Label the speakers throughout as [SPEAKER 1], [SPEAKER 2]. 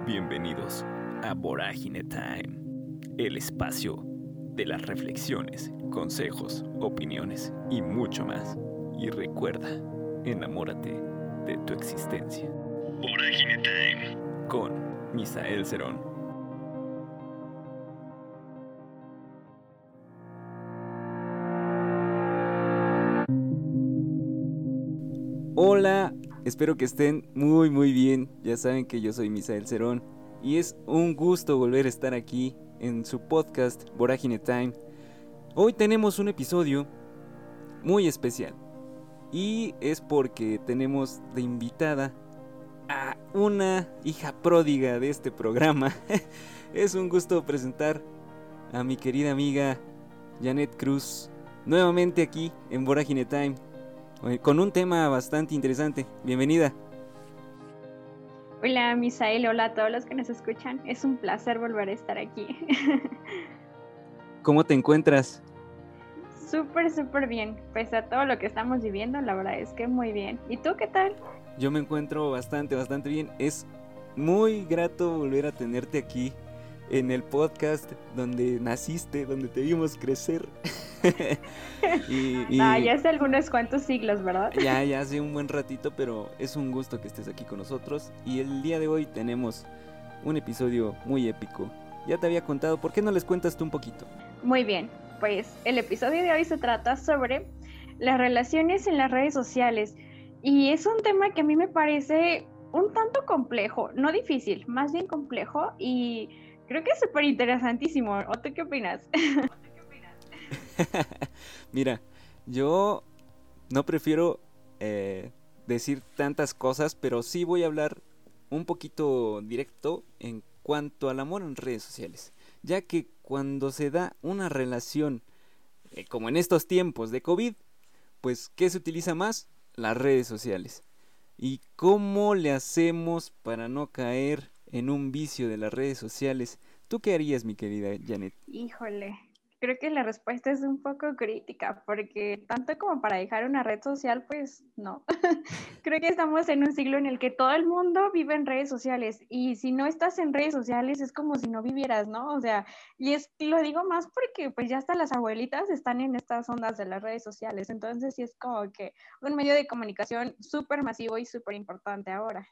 [SPEAKER 1] Bienvenidos a Vorágine Time, el espacio de las reflexiones, consejos, opiniones y mucho más. Y recuerda, enamórate de tu existencia. Vorágine Time con Misael Cerón. Hola, espero que estén muy bien. Ya saben que yo soy Misael Cerón y es un gusto volver a estar aquí en su podcast Vorágine Time. Hoy tenemos un episodio muy especial y es porque tenemos de invitada a una hija pródiga de este programa. Es un gusto presentar a mi querida amiga Janet Cruz nuevamente aquí en Vorágine Time con un tema bastante interesante. Bienvenida.
[SPEAKER 2] Hola Misael, hola a todos los que nos escuchan. Es un placer volver a estar aquí.
[SPEAKER 1] ¿Cómo te encuentras?
[SPEAKER 2] Súper bien. Pese a todo lo que estamos viviendo, la verdad es que muy bien. ¿Y tú qué tal?
[SPEAKER 1] Yo me encuentro bastante bien. Es muy grato volver a tenerte aquí en el podcast donde naciste, donde te vimos crecer.
[SPEAKER 2] Ya hace algunos cuantos siglos, ¿verdad?
[SPEAKER 1] Ya hace un buen ratito, pero es un gusto que estés aquí con nosotros. Y el día de hoy tenemos un episodio muy épico. Ya te había contado, ¿por qué no les cuentas tú un poquito?
[SPEAKER 2] Muy bien, pues el episodio de hoy se trata sobre las relaciones en las redes sociales. Y es un tema que a mí me parece un tanto complejo, no difícil, más bien complejo. Y creo que es súper interesantísimo. ¿O tú qué opinas?
[SPEAKER 1] Mira, yo no prefiero decir tantas cosas, pero sí voy a hablar un poquito directo en cuanto al amor en redes sociales, ya que cuando se da una relación, como en estos tiempos de COVID, pues ¿qué se utiliza más? Las redes sociales. ¿Y cómo le hacemos para no caer en un vicio de las redes sociales? ¿Tú qué harías, mi querida Janet?
[SPEAKER 2] Híjole, creo que la respuesta es un poco crítica, porque tanto como para dejar una red social, pues no. Creo que estamos en un siglo en el que todo el mundo vive en redes sociales y si no estás en redes sociales es como si no vivieras, ¿no? O sea, lo digo más porque pues ya hasta las abuelitas están en estas ondas de las redes sociales, entonces sí es como que un medio de comunicación súper masivo y súper importante ahora.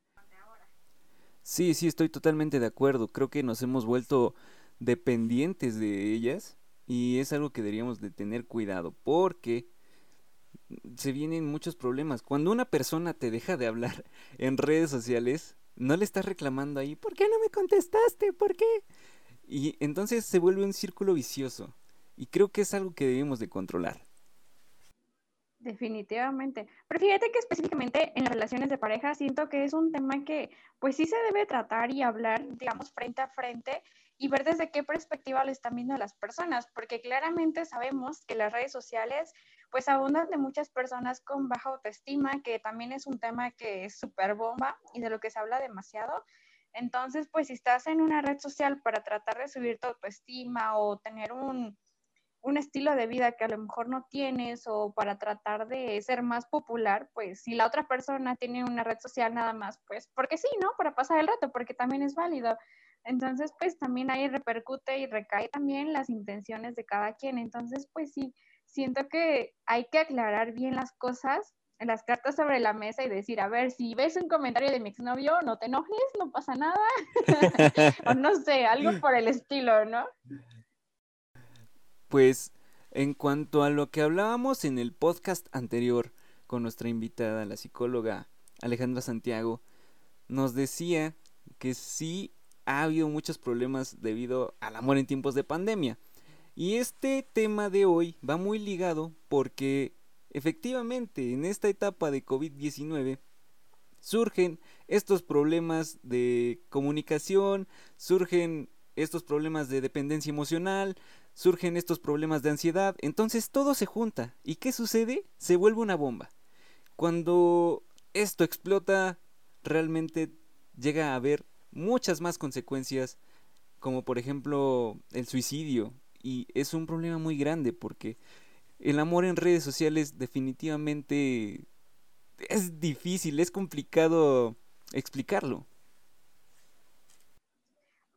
[SPEAKER 1] Sí, estoy totalmente de acuerdo. Creo que nos hemos vuelto dependientes de ellas y es algo que deberíamos de tener cuidado porque se vienen muchos problemas. Cuando una persona te deja de hablar en redes sociales, no le estás reclamando ahí, ¿por qué no me contestaste? ¿Por qué? Y entonces se vuelve un círculo vicioso y creo que es algo que debemos de controlar.
[SPEAKER 2] Definitivamente. Pero fíjate que específicamente en las relaciones de pareja siento que es un tema que pues sí se debe tratar y hablar, digamos, frente a frente y ver desde qué perspectiva lo están viendo las personas, porque claramente sabemos que las redes sociales pues abundan de muchas personas con baja autoestima, que también es un tema que es súper bomba y de lo que se habla demasiado. Entonces, pues si estás en una red social para tratar de subir tu autoestima o tener un estilo de vida que a lo mejor no tienes o para tratar de ser más popular, pues si la otra persona tiene una red social nada más, pues porque sí, ¿no? Para pasar el rato, porque también es válido. Entonces, pues también ahí repercute y recae también las intenciones de cada quien. Entonces, pues sí, siento que hay que aclarar bien las cosas, las cartas sobre la mesa y decir, a ver, si ves un comentario de mi exnovio, no te enojes, no pasa nada. O no sé, algo por el estilo, ¿no?
[SPEAKER 1] Pues en cuanto a lo que hablábamos en el podcast anterior con nuestra invitada, la psicóloga Alejandra Santiago, nos decía que sí ha habido muchos problemas debido al amor en tiempos de pandemia. Y este tema de hoy va muy ligado porque efectivamente en esta etapa de COVID-19 surgen estos problemas de comunicación, surgen estos problemas de dependencia emocional, surgen estos problemas de ansiedad, entonces todo se junta. ¿Y qué sucede? Se vuelve una bomba. Cuando esto explota, realmente llega a haber muchas más consecuencias, como por ejemplo el suicidio. Y es un problema muy grande porque el amor en redes sociales definitivamente es difícil, es complicado explicarlo.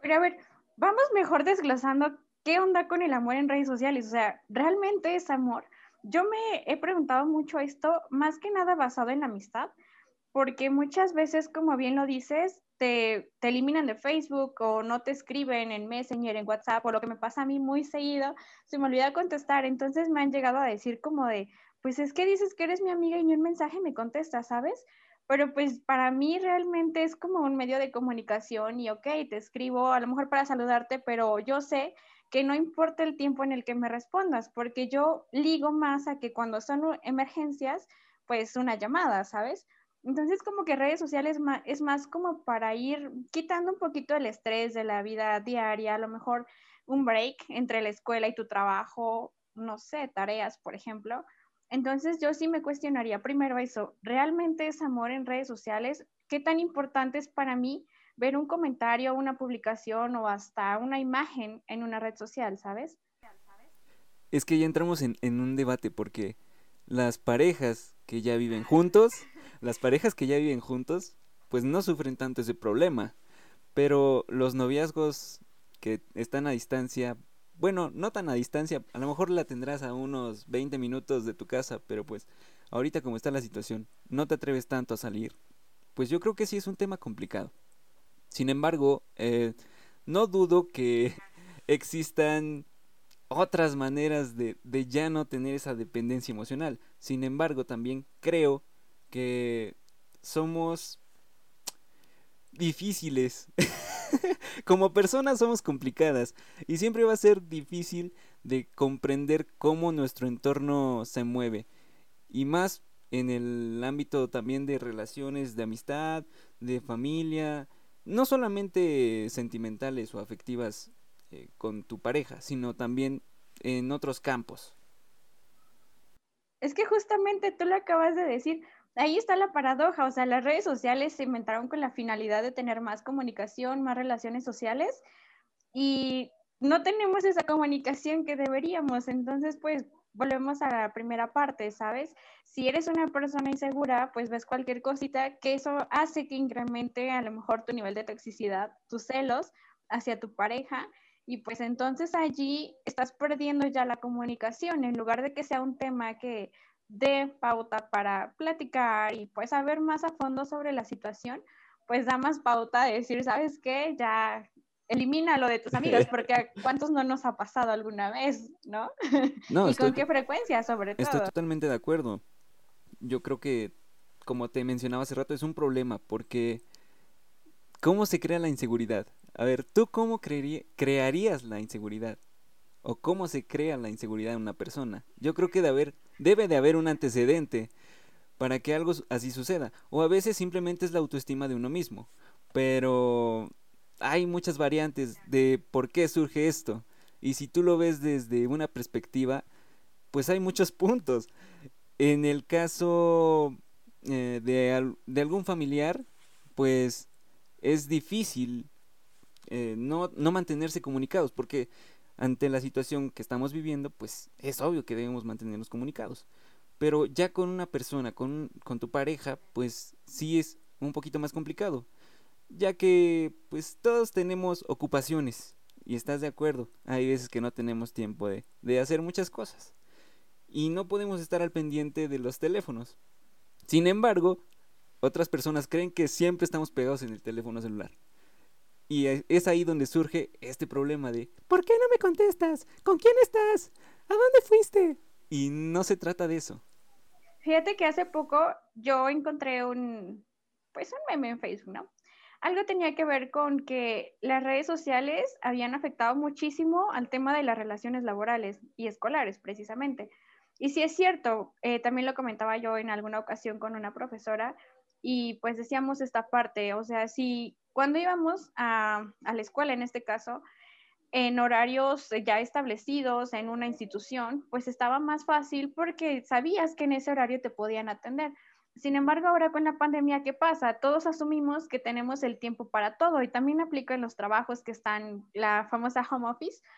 [SPEAKER 2] Pero a ver, vamos mejor desglosando qué onda con el amor en redes sociales. O sea, ¿realmente es amor? Yo me he preguntado mucho esto, más que nada basado en la amistad, porque muchas veces, como bien lo dices, te eliminan de Facebook o no te escriben en Messenger, en WhatsApp, o lo que me pasa a mí muy seguido, se me olvida contestar. Entonces me han llegado a decir como de, pues es que dices que eres mi amiga y ni un mensaje me contestas, ¿sabes? Pero pues para mí realmente es como un medio de comunicación y ok, te escribo a lo mejor para saludarte, pero yo sé que no importa el tiempo en el que me respondas, porque yo ligo más a que cuando son emergencias, pues una llamada, ¿sabes? Entonces, como que redes sociales es más como para ir quitando un poquito el estrés de la vida diaria, a lo mejor un break entre la escuela y tu trabajo, no sé, tareas, por ejemplo. Entonces, yo sí me cuestionaría primero eso, ¿realmente es amor en redes sociales? ¿Qué tan importante es para mí ver un comentario, una publicación o hasta una imagen en una red social, ¿sabes?
[SPEAKER 1] Es que ya entramos en un debate porque las parejas que ya viven juntos, las parejas que ya viven juntos, pues no sufren tanto ese problema. Pero los noviazgos que están a distancia, bueno, no tan a distancia, a lo mejor la tendrás a unos 20 minutos de tu casa, pero pues ahorita como está la situación, no te atreves tanto a salir, pues yo creo que sí es un tema complicado. Sin embargo, no dudo que existan otras maneras de ya no tener esa dependencia emocional. Sin embargo, también creo que somos difíciles. Como personas somos complicadas y siempre va a ser difícil de comprender cómo nuestro entorno se mueve. Y más en el ámbito también de relaciones de amistad, de familia, no solamente sentimentales o afectivas con tu pareja, sino también en otros campos.
[SPEAKER 2] Es que justamente tú lo acabas de decir, ahí está la paradoja, o sea, las redes sociales se inventaron con la finalidad de tener más comunicación, más relaciones sociales y no tenemos esa comunicación que deberíamos, entonces pues volvemos a la primera parte, ¿sabes? Si eres una persona insegura, pues ves cualquier cosita que eso hace que incremente a lo mejor tu nivel de toxicidad, tus celos hacia tu pareja y pues entonces allí estás perdiendo ya la comunicación en lugar de que sea un tema que dé pauta para platicar y pues saber más a fondo sobre la situación, pues da más pauta de decir, ¿sabes qué? Ya elimina lo de tus amigos, porque a cuántos no nos ha pasado alguna vez, ¿no?
[SPEAKER 1] No,
[SPEAKER 2] Y con qué frecuencia, sobre
[SPEAKER 1] estoy
[SPEAKER 2] todo.
[SPEAKER 1] totalmente de acuerdo. Yo creo que, como te mencionaba hace rato, es un problema porque ¿cómo se crea la inseguridad? A ver, ¿tú cómo crearías la inseguridad? ¿O cómo se crea la inseguridad en una persona? Yo creo que debe de haber un antecedente para que algo así suceda. O a veces simplemente es la autoestima de uno mismo. Pero hay muchas variantes de por qué surge esto. Y si tú lo ves desde una perspectiva, pues hay muchos puntos. En el caso de algún familiar, pues es difícil no mantenerse comunicados, porque ante la situación que estamos viviendo, pues es obvio que debemos mantenernos comunicados. Pero ya con una persona, con tu pareja, pues sí es un poquito más complicado, ya que pues todos tenemos ocupaciones, y estás de acuerdo, hay veces que no tenemos tiempo de hacer muchas cosas, y no podemos estar al pendiente de los teléfonos. Sin embargo, otras personas creen que siempre estamos pegados en el teléfono celular. Y es ahí donde surge este problema de ¿por qué no me contestas? ¿Con quién estás? ¿A dónde fuiste? Y no se trata de eso.
[SPEAKER 2] Fíjate que hace poco yo encontré pues un meme en Facebook, ¿no? Algo tenía que ver con que las redes sociales habían afectado muchísimo al tema de las relaciones laborales y escolares, precisamente. Y sí es cierto, también lo comentaba yo en alguna ocasión con una profesora y pues decíamos esta parte, o sea, si cuando íbamos a la escuela en este caso, en horarios ya establecidos en una institución, pues estaba más fácil porque sabías que en ese horario te podían atender. Sin embargo, ahora con la pandemia, ¿qué pasa? Todos asumimos que tenemos el tiempo para todo y también aplica en los trabajos que están la famosa home office.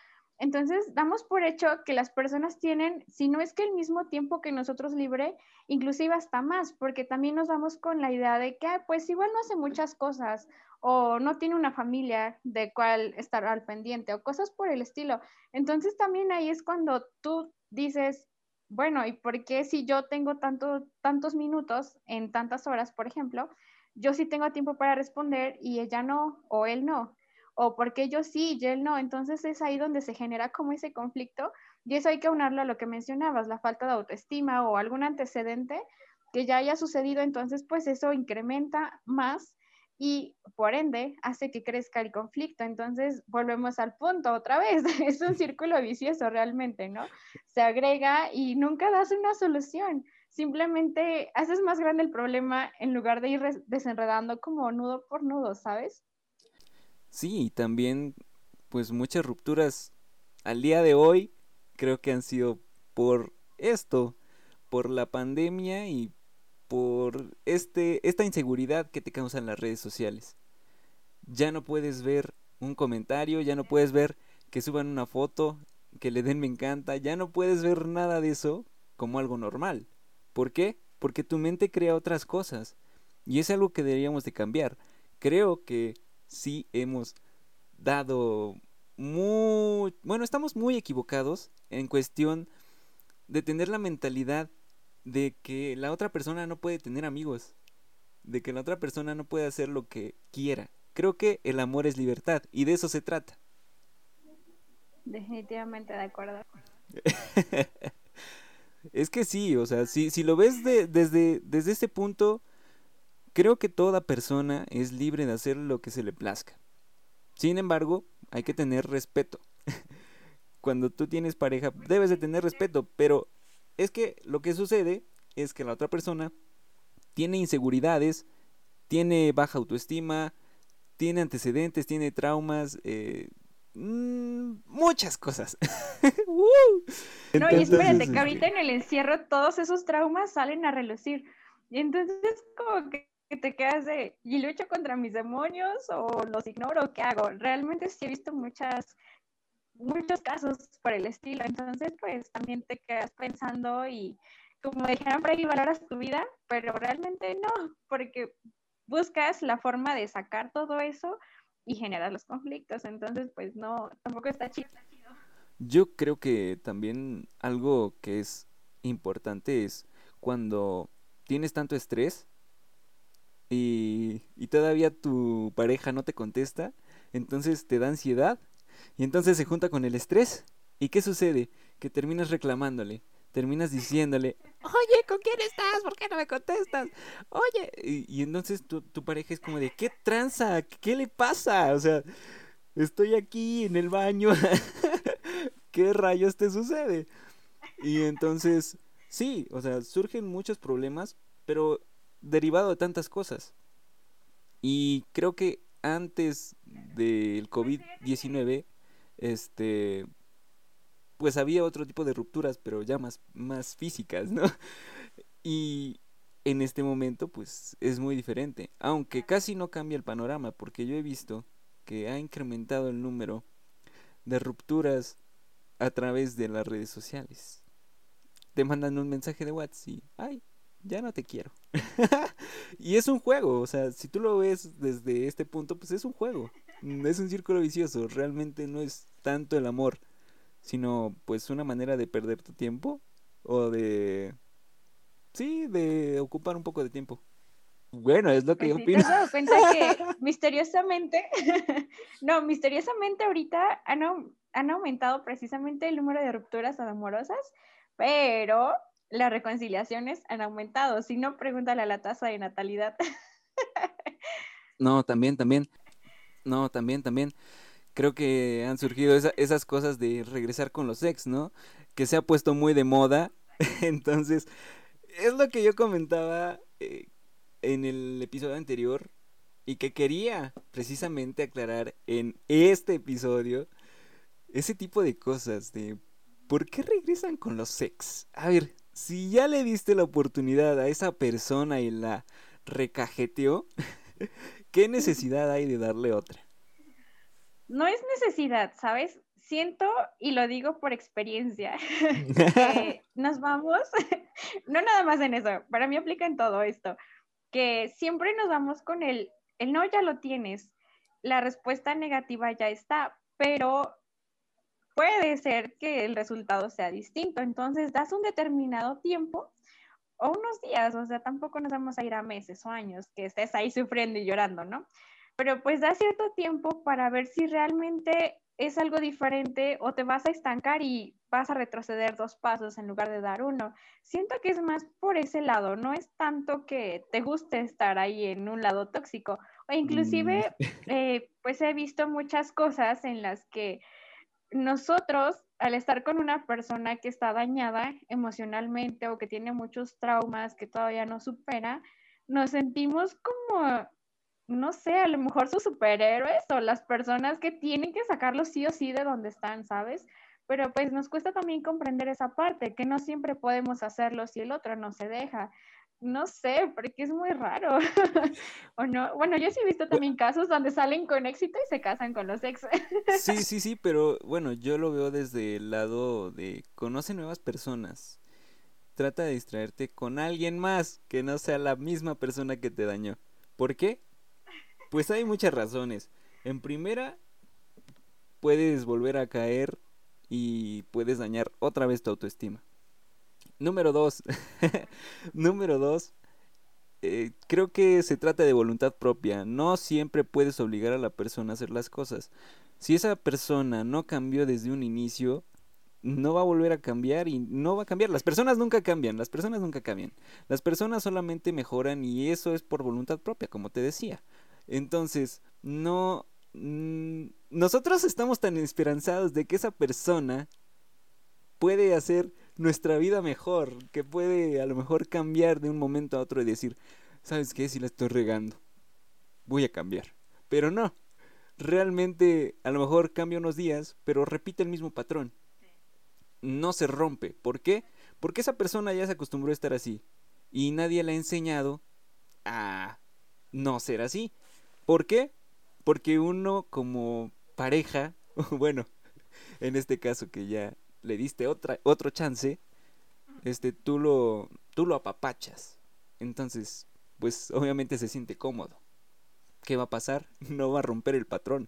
[SPEAKER 2] Entonces, damos por hecho que las personas tienen, si no es que el mismo tiempo que nosotros libre, inclusive hasta más, porque también nos vamos con la idea de que, pues igual no hace muchas cosas, o no tiene una familia de cual estar al pendiente, o cosas por el estilo. Entonces, también ahí es cuando tú dices, bueno, ¿y por qué si yo tengo tantos minutos en tantas horas, por ejemplo, yo sí tengo tiempo para responder y ella no, o él no? O porque yo sí y él no. Entonces es ahí donde se genera como ese conflicto y eso hay que aunarlo a lo que mencionabas, la falta de autoestima o algún antecedente que ya haya sucedido, entonces pues eso incrementa más y por ende hace que crezca el conflicto. Entonces volvemos al punto otra vez, es un círculo vicioso realmente, ¿no? Se agrega y nunca das una solución, simplemente haces más grande el problema en lugar de ir desenredando como nudo por nudo, ¿sabes?
[SPEAKER 1] Sí, y también pues muchas rupturas al día de hoy creo que han sido por esto, por la pandemia y por esta inseguridad que te causan las redes sociales. Ya no puedes ver un comentario, ya no puedes ver que suban una foto, que le den me encanta, ya no puedes ver nada de eso como algo normal. ¿Por qué? Porque tu mente crea otras cosas y es algo que deberíamos de cambiar. Creo que sí hemos dado bueno, estamos muy equivocados en cuestión de tener la mentalidad de que la otra persona no puede tener amigos, de que la otra persona no puede hacer lo que quiera. Creo que el amor es libertad y de eso se trata.
[SPEAKER 2] Definitivamente de acuerdo.
[SPEAKER 1] Es que sí, o sea, si lo ves desde este punto, creo que toda persona es libre de hacer lo que se le plazca. Sin embargo, hay que tener respeto. Cuando tú tienes pareja, debes de tener respeto, pero es que lo que sucede es que la otra persona tiene inseguridades, tiene baja autoestima, tiene antecedentes, tiene traumas, muchas cosas.
[SPEAKER 2] No, y
[SPEAKER 1] Entonces,
[SPEAKER 2] espérate, que ahorita en el encierro todos esos traumas salen a relucir. Y entonces como que te quedas de, ¿y lucho contra mis demonios o los ignoro? ¿Qué hago? Realmente sí he visto muchos casos por el estilo. Entonces, pues también te quedas pensando y como dijeron por ahí, valoras tu vida, pero realmente no, porque buscas la forma de sacar todo eso y generar los conflictos. Entonces, pues no, tampoco está chido.
[SPEAKER 1] yo creo que también algo que es importante es cuando tienes tanto estrés y todavía tu pareja no te contesta, entonces te da ansiedad y entonces se junta con el estrés. ¿Y qué sucede? Que terminas reclamándole, terminas diciéndole, oye, ¿con quién estás? ¿Por qué no me contestas? Oye, y entonces tu pareja es como de, ¿qué tranza? ¿Qué le pasa? O sea, estoy aquí en el baño, ¿qué rayos te sucede? Y entonces, sí, o sea, surgen muchos problemas, pero derivado de tantas cosas. Y creo que antes del COVID-19, este, pues había otro tipo de rupturas, pero ya más físicas, ¿no? Y en este momento, pues es muy diferente, aunque casi no cambia el panorama, porque yo he visto que ha incrementado el número de rupturas a través de las redes sociales. Te mandan un mensaje de WhatsApp y, ay, ya no te quiero. Y es un juego, o sea, si tú lo ves desde este punto, pues es un juego. Es un círculo vicioso, realmente no es tanto el amor, sino pues una manera de perder tu tiempo o sí, de ocupar un poco de tiempo. Bueno, es lo que
[SPEAKER 2] Pues
[SPEAKER 1] yo
[SPEAKER 2] sí, ¿te
[SPEAKER 1] opino.
[SPEAKER 2] has dado cuenta que misteriosamente, no, misteriosamente ahorita han aumentado precisamente el número de rupturas amorosas, pero las reconciliaciones han aumentado? Si no, pregúntale a la tasa de natalidad.
[SPEAKER 1] No, también. No, también. Creo que han surgido esas cosas de regresar con los ex, ¿no? Que se ha puesto muy de moda. Entonces, es lo que yo comentaba en el episodio anterior y que quería precisamente aclarar en este episodio. Ese tipo de cosas de ¿por qué regresan con los ex? A ver, si ya le diste la oportunidad a esa persona y la recajeteó, ¿qué necesidad hay de darle otra?
[SPEAKER 2] No es necesidad, ¿sabes? siento, y lo digo por experiencia, que nos vamos, no nada más en eso, para mí aplica en todo esto, que siempre nos vamos con el no ya lo tienes, la respuesta negativa ya está, pero puede ser que el resultado sea distinto. Entonces, das un determinado tiempo o unos días, o sea, tampoco nos vamos a ir a meses o años que estés ahí sufriendo y llorando, ¿no? Pero pues da cierto tiempo para ver si realmente es algo diferente o te vas a estancar y vas a retroceder 2 pasos en lugar de dar uno. Siento que es más por ese lado, no es tanto que te guste estar ahí en un lado tóxico, o
[SPEAKER 1] Mm,
[SPEAKER 2] inclusive pues he visto muchas cosas en las que nosotros, al estar con una persona que está dañada emocionalmente o que tiene muchos traumas que todavía no supera, nos sentimos como, no sé, a lo mejor sus superhéroes o las personas que tienen que sacarlos sí o sí de donde están, ¿sabes? Pero pues nos cuesta también comprender esa parte, que no siempre podemos hacerlo si el otro no se deja. No sé, porque es muy raro. ¿O no? Bueno, yo sí he visto
[SPEAKER 1] bu-
[SPEAKER 2] también casos donde salen con éxito y se casan con los ex.
[SPEAKER 1] sí, sí, sí, pero bueno, yo lo veo desde el lado de conoce nuevas personas. Trata de distraerte con alguien más que no sea la misma persona que te dañó. ¿Por qué? Pues hay muchas razones. En primera, puedes volver a caer y puedes dañar otra vez tu autoestima. Número dos, número dos, creo que se trata de voluntad propia. No siempre puedes obligar a la persona a hacer las cosas. Si esa persona no cambió desde un inicio, no va a volver a cambiar y no va a cambiar. Las personas nunca cambian, las personas nunca cambian. Las personas solamente mejoran y eso es por voluntad propia, como te decía. Entonces, no... nosotros estamos tan esperanzados de que esa persona puede hacer nuestra vida mejor, que puede a lo mejor cambiar de un momento a otro y decir, ¿sabes qué? Si la estoy regando, voy a cambiar. Pero no, realmente a lo mejor cambia unos días, pero repite el mismo patrón. No se rompe. ¿Por qué? Porque esa persona ya se acostumbró a estar así y nadie le ha enseñado a no ser así. ¿Por qué? Porque uno como pareja, bueno, en este caso que ya le diste otro chance, tú lo apapachas. Entonces, pues obviamente se siente cómodo. ¿Qué va a pasar? No va a romper el patrón.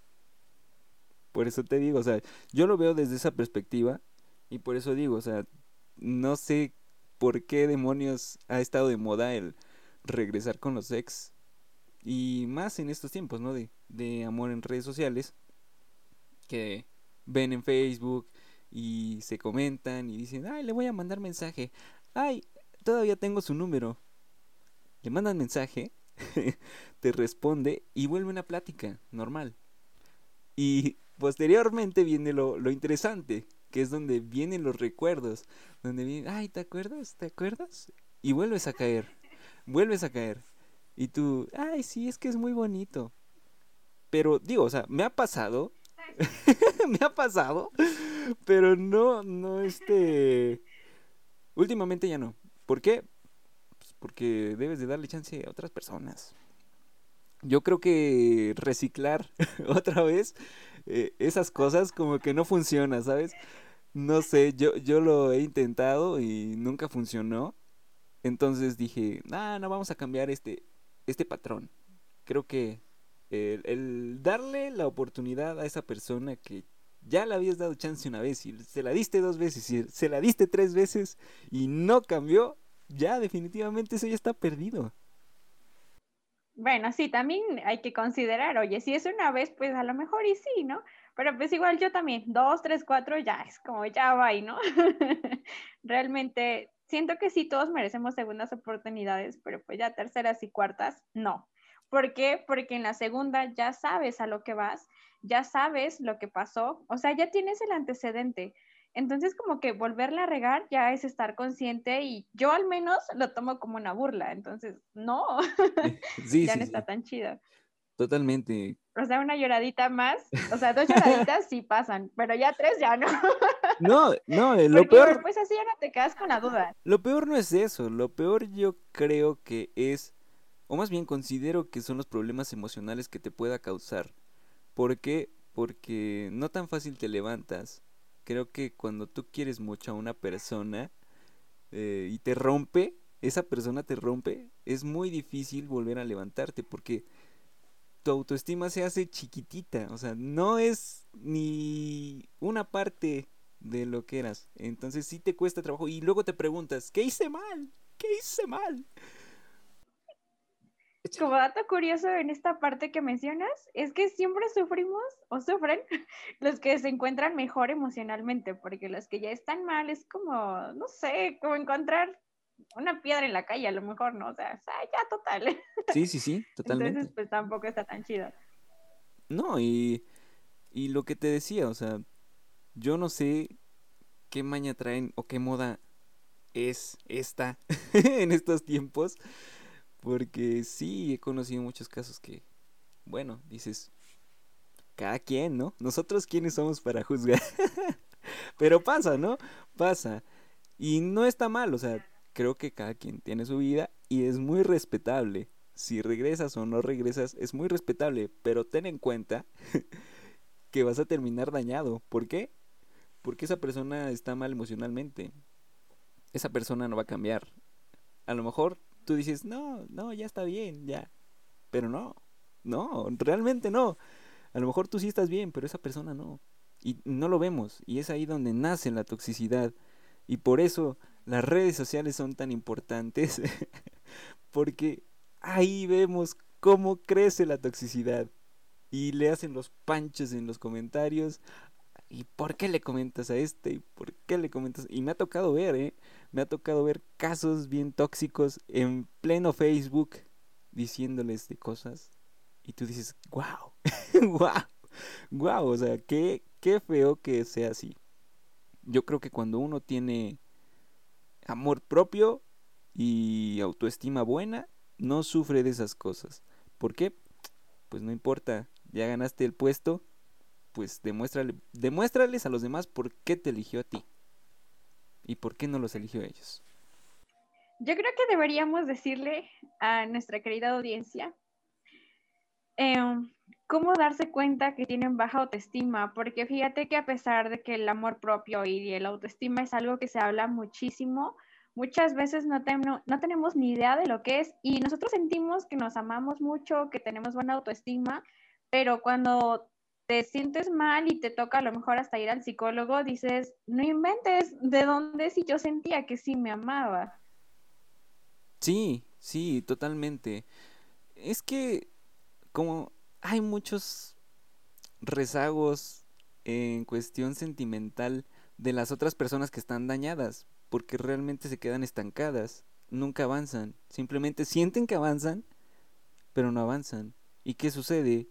[SPEAKER 1] Por eso te digo, o sea, yo lo veo desde esa perspectiva y por eso digo, o sea, no sé por qué demonios ha estado de moda el regresar con los ex y más en estos tiempos, ¿no? De amor en redes sociales que ven en Facebook y se comentan y dicen, ay, le voy a mandar mensaje, ay, todavía tengo su número, le mandan mensaje, te responde y vuelve una plática normal. Y posteriormente viene lo interesante, que es donde vienen los recuerdos, donde viene, ay, ¿te acuerdas? ¿Te acuerdas? Y vuelves a caer, vuelves a caer. Y tú, ay, sí, es que es muy bonito. Pero digo, o sea, me ha pasado, me ha pasado, pero últimamente ya no. ¿Por qué? Pues porque debes de darle chance a otras personas. Yo creo que reciclar otra vez esas cosas como que no funciona, ¿sabes? No sé, yo lo he intentado y nunca funcionó. Entonces dije, no vamos a cambiar este patrón. Creo que el darle la oportunidad a esa persona que ya le habías dado chance una vez y se la diste 2 veces y se la diste 3 veces y no cambió, ya definitivamente eso ya está perdido.
[SPEAKER 2] Bueno, sí, también hay que considerar, oye, si es una vez, pues a lo mejor y sí, ¿no? Pero pues igual yo también, 2, 3, 4, ya es como ya va, ¿no? Realmente siento que sí, todos merecemos segundas oportunidades, pero pues ya terceras y cuartas, no. ¿Por qué? Porque en la segunda ya sabes a lo que vas, ya sabes lo que pasó, o sea, ya tienes el antecedente. Entonces, como que volverla a regar ya es estar consciente y yo al menos lo tomo como una burla. Entonces, no,
[SPEAKER 1] Sí,
[SPEAKER 2] ya
[SPEAKER 1] sí,
[SPEAKER 2] no está
[SPEAKER 1] sí,
[SPEAKER 2] tan chido.
[SPEAKER 1] totalmente.
[SPEAKER 2] O sea, una lloradita más, o sea, 2 lloraditas sí pasan, pero ya 3 ya no.
[SPEAKER 1] No, no,
[SPEAKER 2] Porque igual, pues así ya no te quedas con la duda.
[SPEAKER 1] lo peor no es eso, lo peor yo creo que es, o más bien considero que son los problemas emocionales que te pueda causar. ¿Por qué? porque no tan fácil te levantas. Creo que cuando tú quieres mucho a una persona y te rompe, esa persona te rompe, es muy difícil volver a levantarte porque tu autoestima se hace chiquitita, o sea, no es ni una parte de lo que eras. Entonces sí te cuesta trabajo y luego te preguntas, ¿qué hice mal? ¿Qué hice mal?
[SPEAKER 2] Como dato curioso en esta parte que mencionas, es que siempre sufrimos o sufren los que se encuentran mejor emocionalmente, porque los que ya están mal es como, no sé, como encontrar una piedra en la calle, a lo mejor, ¿no? O sea, ya total.
[SPEAKER 1] Sí, sí, sí,
[SPEAKER 2] Entonces,
[SPEAKER 1] totalmente.
[SPEAKER 2] pues tampoco está tan chido.
[SPEAKER 1] No, y lo que te decía, o sea, yo no sé qué maña traen o qué moda es esta en estos tiempos, porque sí he conocido muchos casos que, bueno, dices, cada quien, ¿no? Nosotros quiénes somos para juzgar, pero pasa, ¿no? Pasa. Y no está mal, o sea, creo que cada quien tiene su vida y es muy respetable. Si regresas o no regresas, es muy respetable, pero ten en cuenta que vas a terminar dañado. ¿Por qué? Porque esa persona está mal emocionalmente. Esa persona no va a cambiar. A lo mejor tú dices, no, no, ya está bien, ya. Pero no, no, realmente no. A lo mejor tú sí estás bien, pero esa persona no. Y no lo vemos. Y es ahí donde nace la toxicidad. Y por eso las redes sociales son tan importantes. Porque ahí vemos cómo crece la toxicidad. Y le hacen los panchos en los comentarios. ¿Y por qué le comentas a este? ¿Y por qué le comentas? Y me ha tocado ver, ¿eh? Me ha tocado ver casos bien tóxicos en pleno Facebook diciéndoles de cosas. Y tú dices, wow, wow, wow, o sea, qué feo que sea así. Yo creo que cuando uno tiene amor propio y autoestima buena, no sufre de esas cosas. ¿Por qué? Pues no importa, ya ganaste el puesto, pues demuéstrales a los demás por qué te eligió a ti y por qué no los eligió a ellos.
[SPEAKER 2] Yo creo que deberíamos decirle a nuestra querida audiencia cómo darse cuenta que tienen baja autoestima, porque fíjate que a pesar de que el amor propio y el autoestima es algo que se habla muchísimo, muchas veces no tenemos ni idea de lo que es y nosotros sentimos que nos amamos mucho, que tenemos buena autoestima, pero cuando te sientes mal y te toca a lo mejor hasta ir al psicólogo, dices, no inventes, ¿de dónde si yo sentía que sí me amaba?
[SPEAKER 1] Sí, sí, totalmente. Es que como hay muchos rezagos en cuestión sentimental de las otras personas que están dañadas, porque realmente se quedan estancadas, nunca avanzan, simplemente sienten que avanzan, pero no avanzan. ¿Y qué sucede?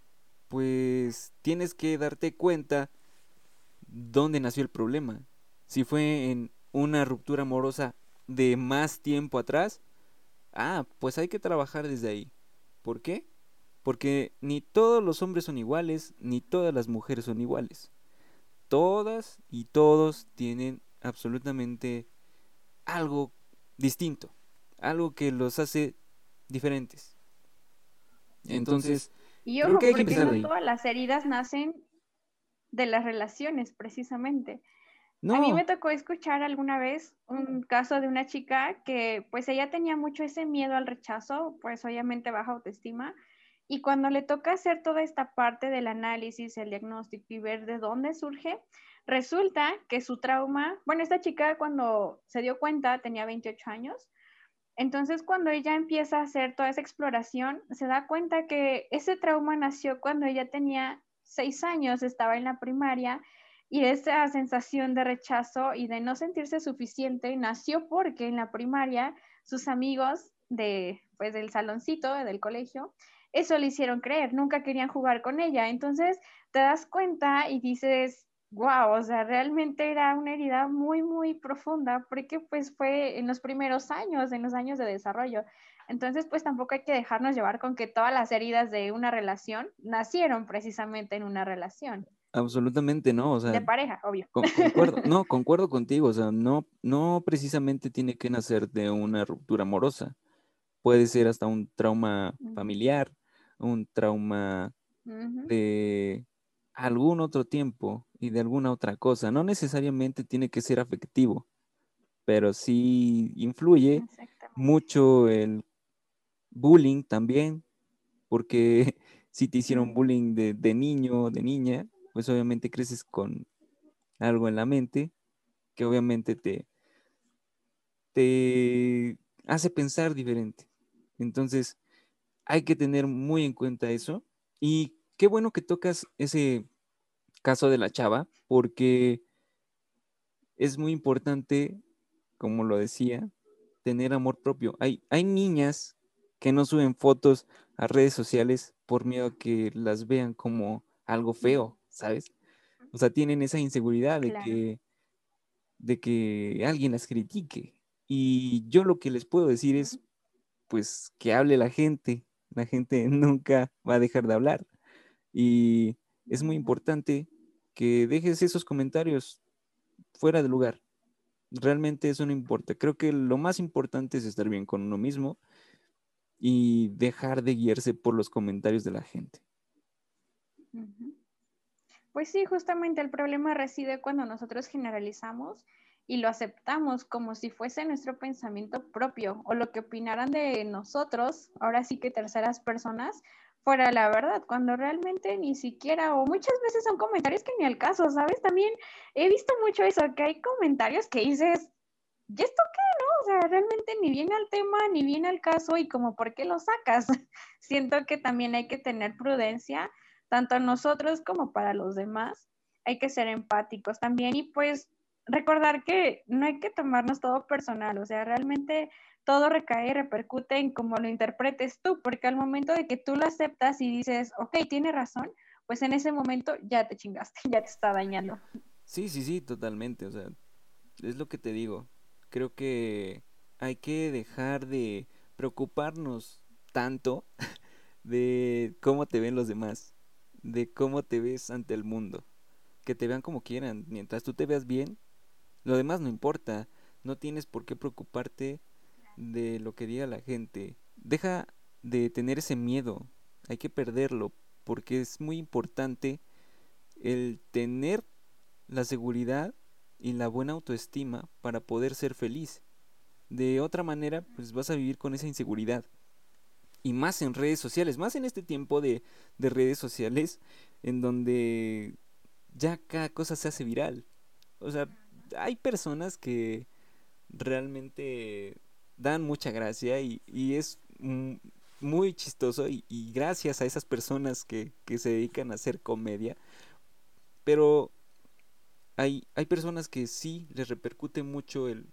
[SPEAKER 1] Pues tienes que darte cuenta dónde nació el problema. Si fue en una ruptura amorosa de más tiempo atrás, pues hay que trabajar desde ahí. ¿Por qué? Porque ni todos los hombres son iguales, ni todas las mujeres son iguales. Todas y todos tienen absolutamente algo distinto, algo que los hace diferentes. Entonces,
[SPEAKER 2] Y
[SPEAKER 1] creo
[SPEAKER 2] ojo,
[SPEAKER 1] que hay que
[SPEAKER 2] porque
[SPEAKER 1] empezar de
[SPEAKER 2] no
[SPEAKER 1] ahí.
[SPEAKER 2] todas las heridas nacen de las relaciones, precisamente. A mí me
[SPEAKER 1] No,
[SPEAKER 2] tocó escuchar alguna vez un caso de una chica que pues ella tenía mucho ese miedo al rechazo, pues obviamente baja autoestima, y cuando le toca hacer toda esta parte del análisis, el diagnóstico y ver de dónde surge, resulta que su trauma, bueno, esta chica cuando se dio cuenta tenía 28 años, entonces cuando ella empieza a hacer toda esa exploración, se da cuenta que ese trauma nació cuando ella tenía 6 años, estaba en la primaria y esa sensación de rechazo y de no sentirse suficiente nació porque en la primaria sus amigos pues, del saloncito, del colegio, eso le hicieron creer, nunca querían jugar con ella. Entonces te das cuenta y dices, wow, o sea, realmente era una herida muy, muy profunda porque pues fue en los primeros años, en los años de desarrollo. Entonces, pues tampoco hay que dejarnos llevar con que todas las heridas de una relación nacieron precisamente en una relación
[SPEAKER 1] absolutamente no, o
[SPEAKER 2] de
[SPEAKER 1] sea,
[SPEAKER 2] pareja, obvio.
[SPEAKER 1] concuerdo, no, concuerdo contigo, o sea, no, no precisamente tiene que nacer de una ruptura amorosa. Puede ser hasta un trauma
[SPEAKER 2] Ujú,
[SPEAKER 1] familiar, un trauma
[SPEAKER 2] ujú.
[SPEAKER 1] de algún otro tiempo y de alguna otra cosa. No necesariamente tiene que ser afectivo, pero sí influye
[SPEAKER 2] Exactamente.
[SPEAKER 1] mucho el bullying también, porque si te hicieron
[SPEAKER 2] Ujú,
[SPEAKER 1] bullying de niño o de niña, pues obviamente creces con algo en la mente que obviamente te hace pensar diferente. Entonces, hay que tener muy en cuenta eso. Y qué bueno que tocas ese caso de la chava, porque es muy importante, como lo decía, tener amor propio. Hay niñas que no suben fotos a redes sociales por miedo a que las vean como algo feo, ¿sabes? O sea, tienen esa inseguridad
[SPEAKER 2] claro.
[SPEAKER 1] de que alguien las critique. Y yo lo que les puedo decir es,
[SPEAKER 2] Ujú,
[SPEAKER 1] pues, que hable la gente. La gente nunca va a dejar de hablar. Y es muy
[SPEAKER 2] ujú,
[SPEAKER 1] importante que dejes esos comentarios fuera de lugar. Realmente eso no importa. Creo que lo más importante es estar bien con uno mismo y dejar de guiarse por los comentarios de la gente.
[SPEAKER 2] ujú. Pues sí, justamente el problema reside cuando nosotros generalizamos y lo aceptamos como si fuese nuestro pensamiento propio o lo que opinaran de nosotros, ahora sí que terceras personas, fuera la verdad, cuando realmente ni siquiera, o muchas veces son comentarios que ni al caso, ¿sabes? También he visto mucho eso, que hay comentarios que dices, ¿y esto qué, no? O sea, realmente ni viene al tema, ni viene al caso y como, ¿por qué lo sacas? Siento que también hay que tener prudencia, tanto nosotros como para los demás. Hay que ser empáticos también y pues recordar que no hay que tomarnos todo personal, o sea, realmente todo recae y repercute en cómo lo interpretes tú, porque al momento de que tú lo aceptas y dices, ok, tiene razón, pues en ese momento ya te chingaste, ya te está dañando.
[SPEAKER 1] Sí, sí, sí, totalmente. O sea, es lo que te digo. Creo que hay que dejar de preocuparnos tanto de cómo te ven los demás, de cómo te ves ante el mundo. Que te vean como quieran. Mientras tú te veas bien, lo demás no importa. No tienes por qué preocuparte de lo que diga la gente. Deja de tener ese miedo. Hay que perderlo porque es muy importante el tener la seguridad y la buena autoestima para poder ser feliz. De otra manera, pues vas a vivir con esa inseguridad. Y más en redes sociales, más en este tiempo de redes sociales, en donde ya cada cosa se hace viral. O sea, hay personas que realmente dan mucha gracia y es muy chistoso y gracias a esas personas que se dedican a hacer comedia, pero hay personas que sí les repercute mucho el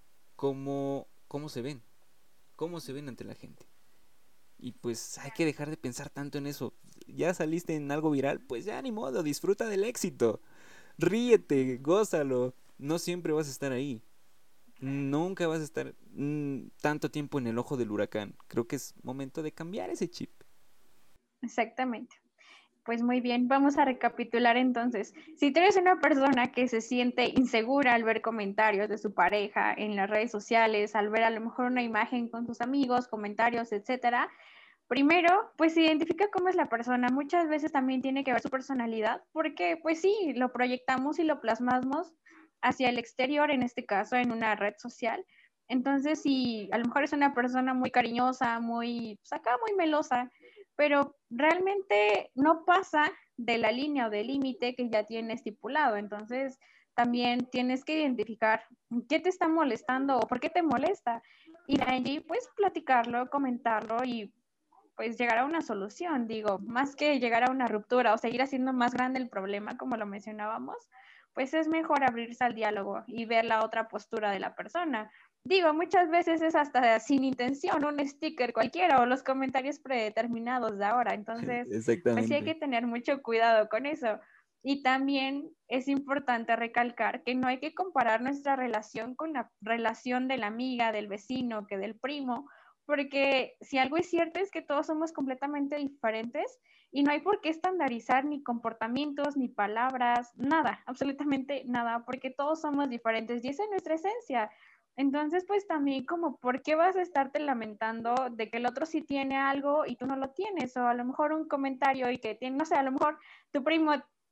[SPEAKER 1] cómo se ven ante la gente. Y pues hay que dejar de pensar tanto en eso. Ya saliste en algo viral, pues ya ni modo, disfruta del éxito. Ríete, gózalo. No siempre vas a estar ahí. Nunca vas a estar tanto tiempo en el ojo del huracán. Creo que es momento de cambiar ese chip.
[SPEAKER 2] Exactamente. Pues muy bien, vamos a recapitular entonces. Si tú eres una persona que se siente insegura al ver comentarios de su pareja en las redes sociales, al ver a lo mejor una imagen con sus amigos, comentarios, etcétera, primero, pues identifica cómo es la persona. Muchas veces también tiene que ver su personalidad, porque pues sí, lo proyectamos y lo plasmamos hacia el exterior, en este caso en una red social. Entonces, si a lo mejor es una persona muy cariñosa, muy, pues acá muy melosa, pero realmente no pasa de la línea o del límite que ya tiene estipulado. Entonces, también tienes que identificar qué te está molestando o por qué te molesta. Y de allí, pues, platicarlo, comentarlo y pues llegar a una solución, digo, más que llegar a una ruptura o seguir haciendo más grande el problema, como lo mencionábamos, pues es mejor abrirse al diálogo y ver la otra postura de la persona. Digo, muchas veces es hasta sin intención, un sticker cualquiera o los comentarios predeterminados de ahora, entonces, pues sí hay
[SPEAKER 1] Exactamente.
[SPEAKER 2] que tener mucho cuidado con eso. Y también es importante recalcar que no hay que comparar nuestra relación con la relación de la amiga, del vecino, que del primo, porque si algo es cierto es que todos somos completamente diferentes y no hay por qué estandarizar ni comportamientos, ni palabras, nada, absolutamente nada, porque todos somos diferentes y esa es nuestra esencia. Entonces, pues también como, ¿por qué vas a estarte lamentando de que el otro sí tiene algo y tú no lo tienes? O a lo mejor un comentario y que tiene, no sé, a lo mejor tu primo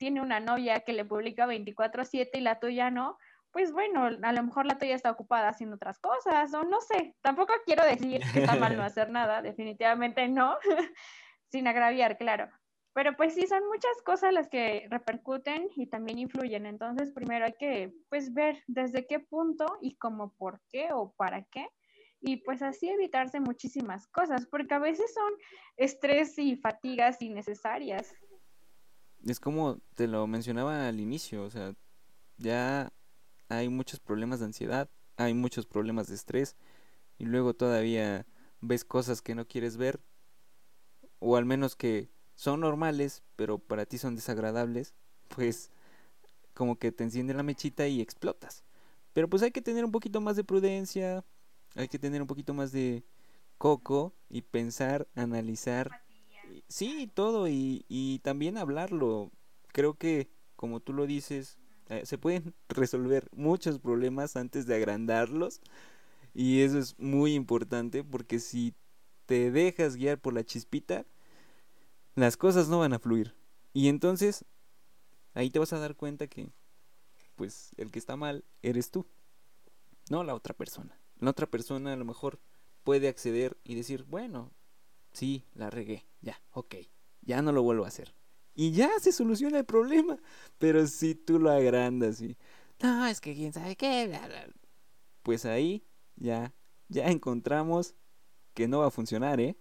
[SPEAKER 2] tiene una novia que le publica 24/7 y la tuya no, pues bueno, a lo mejor la tuya está ocupada haciendo otras cosas, o no sé, tampoco quiero decir que está mal no hacer nada, definitivamente no, sin agraviar, claro. Pero pues sí, son muchas cosas las que repercuten y también influyen. Entonces, primero hay que pues ver desde qué punto y como por qué o para qué. Y pues así evitarse muchísimas cosas, porque a veces son estrés y fatigas innecesarias.
[SPEAKER 1] Es como te lo mencionaba al inicio, o sea, ya hay muchos problemas de ansiedad, hay muchos problemas de estrés y luego todavía ves cosas que no quieres ver o al menos que son normales, pero para ti son desagradables, pues como que te enciende la mechita y explotas. Pero pues hay que tener un poquito más de prudencia, hay que tener un poquito más de coco y pensar, analizar, sí, todo y también hablarlo. Creo que, como tú lo dices, se pueden resolver muchos problemas antes de agrandarlos y eso es muy importante porque si te dejas guiar por la chispita, las cosas no van a fluir. Y entonces ahí te vas a dar cuenta que pues el que está mal eres tú, no la otra persona. La otra persona a lo mejor puede acceder y decir, bueno, sí, la regué, ya, ok, ya no lo vuelvo a hacer. Y ya se soluciona el problema. Pero si tú lo agrandas y, no, es que quién sabe qué, bla, bla, pues ahí ya, ya encontramos que no va a funcionar, ¿eh?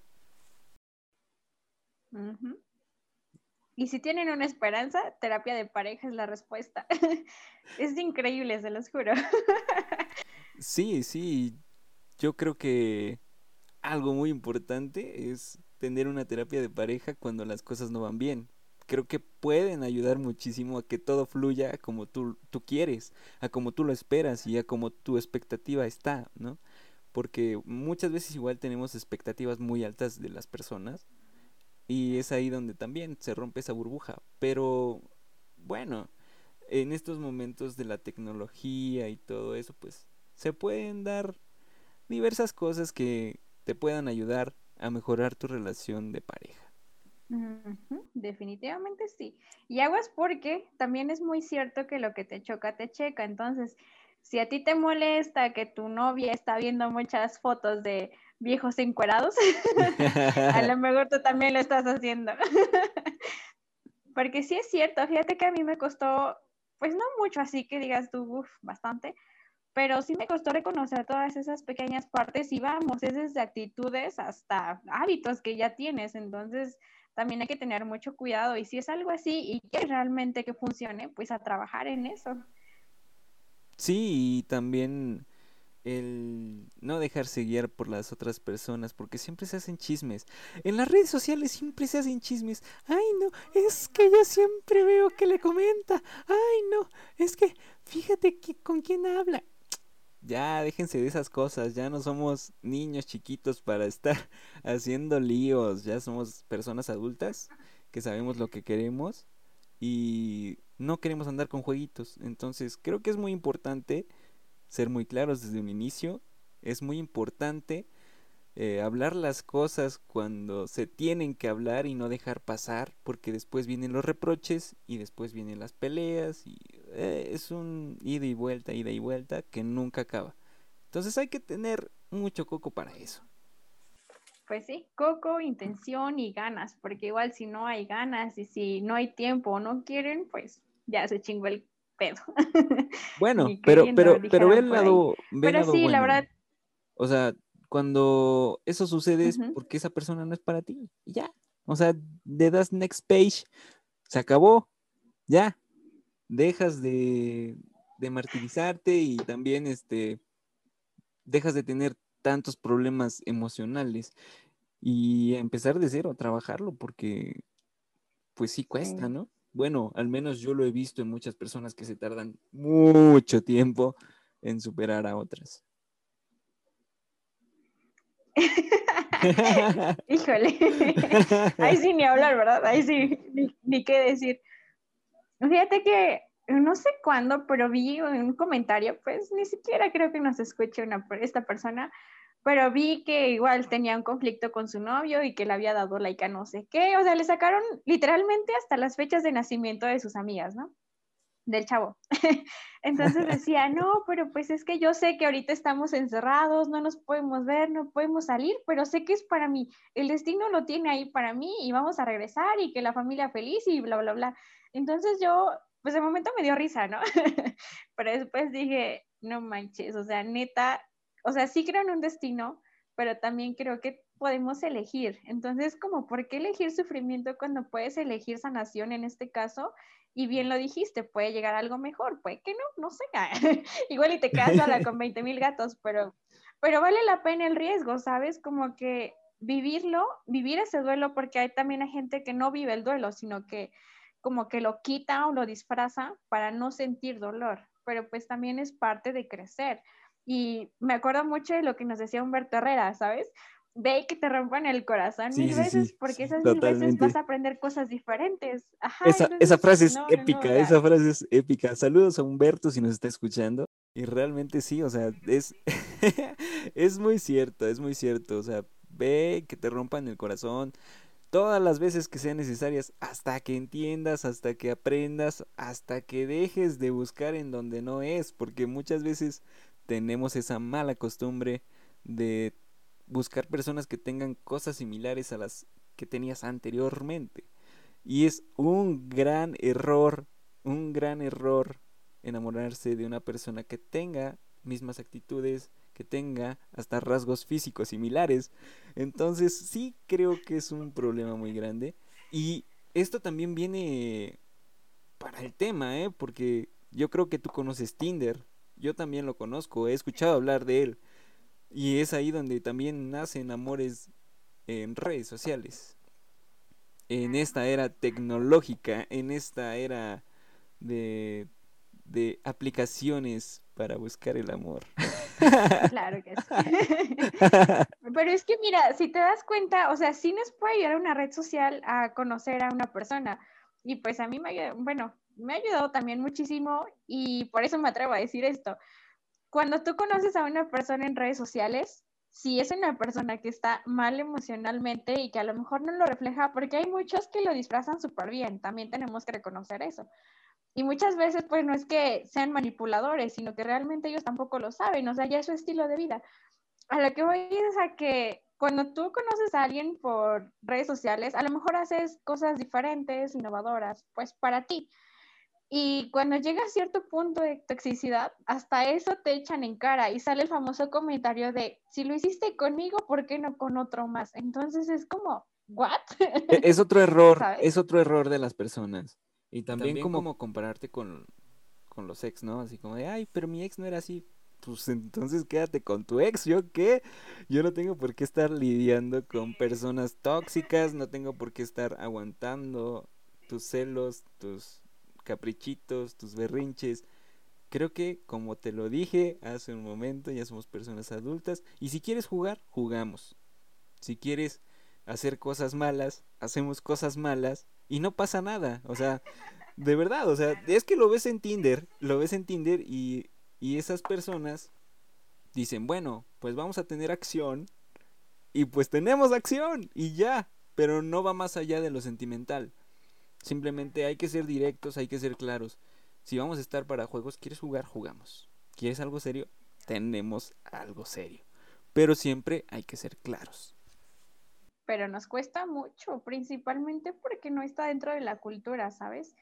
[SPEAKER 2] Ujú. Y si tienen una esperanza, terapia de pareja es la respuesta. Es increíble, se los juro.
[SPEAKER 1] Sí, sí, yo creo que algo muy importante es tener una terapia de pareja cuando las cosas no van bien. Creo que pueden ayudar muchísimo a que todo fluya como tú quieres, a como tú lo esperas y a como tu expectativa está, ¿no? Porque muchas veces igual tenemos expectativas muy altas de las personas y es ahí donde también se rompe esa burbuja. Pero bueno, en estos momentos de la tecnología y todo eso, pues se pueden dar diversas cosas que te puedan ayudar a mejorar tu relación de pareja.
[SPEAKER 2] Ujú, definitivamente sí. Y aguas porque también es muy cierto que lo que te choca, te checa. Entonces, si a ti te molesta que tu novia está viendo muchas fotos de viejos encuerados, a lo mejor tú también lo estás haciendo. Porque sí es cierto, fíjate que a mí me costó, pues no mucho, así que digas tú, uff, bastante, pero sí me costó reconocer todas esas pequeñas partes y vamos, es desde actitudes hasta hábitos que ya tienes, entonces también hay que tener mucho cuidado y si es algo así y que realmente que funcione, pues a trabajar en eso.
[SPEAKER 1] Sí, y también el no dejarse guiar por las otras personas, porque siempre se hacen chismes. En las redes sociales siempre se hacen chismes. Ay, no, es que yo siempre veo que le comenta. Ay, no, es que fíjate que con quién habla. Ya, déjense de esas cosas, ya no somos niños chiquitos para estar haciendo líos, ya somos personas adultas que sabemos lo que queremos y no queremos andar con jueguitos. Entonces, creo que es muy importante ser muy claros desde un inicio, es muy importante hablar las cosas cuando se tienen que hablar y no dejar pasar, porque después vienen los reproches y después vienen las peleas y es un ida y vuelta que nunca acaba. Entonces hay que tener mucho coco para eso.
[SPEAKER 2] Pues sí, coco, intención y ganas, porque igual si no hay ganas y si no hay tiempo o no quieren, pues ya se chingó el pedo.
[SPEAKER 1] Bueno,
[SPEAKER 2] Ni queriendo,
[SPEAKER 1] pero
[SPEAKER 2] dijeran por ahí.
[SPEAKER 1] ve el
[SPEAKER 2] Pero
[SPEAKER 1] lado
[SPEAKER 2] sí, la
[SPEAKER 1] bueno.
[SPEAKER 2] verdad,
[SPEAKER 1] O sea, cuando eso sucede es
[SPEAKER 2] uh-huh.
[SPEAKER 1] porque esa persona no es para ti. Y ya. O sea, le das next page, se acabó, ya. Dejas de martirizarte y también dejas de tener tantos problemas emocionales y empezar de cero, trabajarlo, porque pues sí cuesta,
[SPEAKER 2] Sí.
[SPEAKER 1] ¿no? Bueno, al menos yo lo he visto en muchas personas que se tardan mucho tiempo en superar a otras.
[SPEAKER 2] Híjole, ahí sí ni hablar, ¿verdad? Ahí sí, ni qué decir. Fíjate que no sé cuándo, pero vi un comentario, pues ni siquiera creo que nos escuche esta persona, pero vi que igual tenía un conflicto con su novio y que le había dado like a no sé qué, o sea, le sacaron literalmente hasta las fechas de nacimiento de sus amigas, ¿no? Del chavo. Entonces decía, no, pero pues es que yo sé que ahorita estamos encerrados, no nos podemos ver, no podemos salir, pero sé que es para mí, el destino lo tiene ahí para mí y vamos a regresar y que la familia feliz y bla, bla, bla. Entonces yo, pues de momento me dio risa, ¿no? Pero después dije, no manches, o sea, neta, o sea, sí creo en un destino, pero también creo que podemos elegir. Entonces, como, ¿por qué elegir sufrimiento cuando puedes elegir sanación en este caso? Y bien lo dijiste, puede llegar algo mejor, puede que no, no sé. Igual y te quedas sola con 20,000 gatos, pero vale la pena el riesgo, ¿sabes? Como que vivirlo, vivir ese duelo, porque hay también hay gente que no vive el duelo, sino que como que lo quita o lo disfraza para no sentir dolor, pero pues también es parte de crecer. Y me acuerdo mucho de lo que nos decía Humberto Herrera, ¿sabes? Ve que te rompan el corazón
[SPEAKER 1] Sí,
[SPEAKER 2] mil
[SPEAKER 1] sí,
[SPEAKER 2] veces,
[SPEAKER 1] sí,
[SPEAKER 2] porque esas 1000 veces vas
[SPEAKER 1] totalmente.
[SPEAKER 2] a aprender cosas diferentes. Ajá,
[SPEAKER 1] Esa
[SPEAKER 2] entonces,
[SPEAKER 1] frase es
[SPEAKER 2] no, no, no, o
[SPEAKER 1] épica,
[SPEAKER 2] sea,
[SPEAKER 1] esa frase es épica. Saludos a Humberto si nos está escuchando. Y realmente sí, o sea, es, es muy cierto, es muy cierto. O sea, ve que te rompan el corazón todas las veces que sean necesarias, hasta que entiendas, hasta que aprendas, hasta que dejes de buscar en donde no es, porque muchas veces tenemos esa mala costumbre de buscar personas que tengan cosas similares a las que tenías anteriormente. Y es un gran error enamorarse de una persona que tenga mismas actitudes, que tenga hasta rasgos físicos similares. Entonces sí creo que es un problema muy grande. Y esto también viene para el tema, ¿eh? Porque yo creo que tú conoces Tinder. Yo también lo conozco, he escuchado hablar de él. Y es ahí donde también nacen amores en redes sociales, en esta era tecnológica, en esta era de, de aplicaciones para buscar el amor.
[SPEAKER 2] claro que sí. Pero es que mira, si te das cuenta, o sea, sí nos puede ayudar una red social a conocer a una persona. Y pues a mí bueno, me ha ayudado también muchísimo y por eso me atrevo a decir esto. Cuando tú conoces a una persona en redes sociales, si es una persona que está mal emocionalmente y que a lo mejor no lo refleja, porque hay muchos que lo disfrazan súper bien, también tenemos que reconocer eso. Y muchas veces, pues no es que sean manipuladores, sino que realmente ellos tampoco lo saben, o sea, ya es su estilo de vida. A lo que voy es a que cuando tú conoces a alguien por redes sociales, a lo mejor haces cosas diferentes, innovadoras, pues para ti. Y cuando llega a cierto punto de toxicidad, hasta eso te echan en cara y sale el famoso comentario de, si lo hiciste conmigo, ¿por qué no con otro más? Entonces es como, ¿what? ¿Sabes?
[SPEAKER 1] Es otro error de las personas. Y
[SPEAKER 2] Y
[SPEAKER 1] también
[SPEAKER 2] también
[SPEAKER 1] como compararte con los ex, ¿no? Así como de, ay, pero mi ex no era así. Pues entonces quédate con tu ex, ¿yo qué? Yo no tengo por qué estar lidiando con personas tóxicas, no tengo por qué estar aguantando tus celos, tus caprichitos, tus berrinches. Creo que, como te lo dije hace un momento, ya somos personas adultas y si quieres jugar, jugamos. Si quieres hacer cosas malas, hacemos cosas malas y no pasa nada. O sea, de verdad, o sea, es que lo ves en Tinder y esas personas dicen, bueno, pues vamos a tener acción y pues tenemos acción y ya, pero no va más allá de lo sentimental. Simplemente hay que ser directos, hay que ser claros. Si vamos a estar para juegos, ¿quieres jugar? Jugamos. ¿Quieres algo serio? Tenemos algo serio. Pero siempre hay que ser claros.
[SPEAKER 2] pero nos cuesta mucho, principalmente porque no está dentro de la cultura, ¿sabes?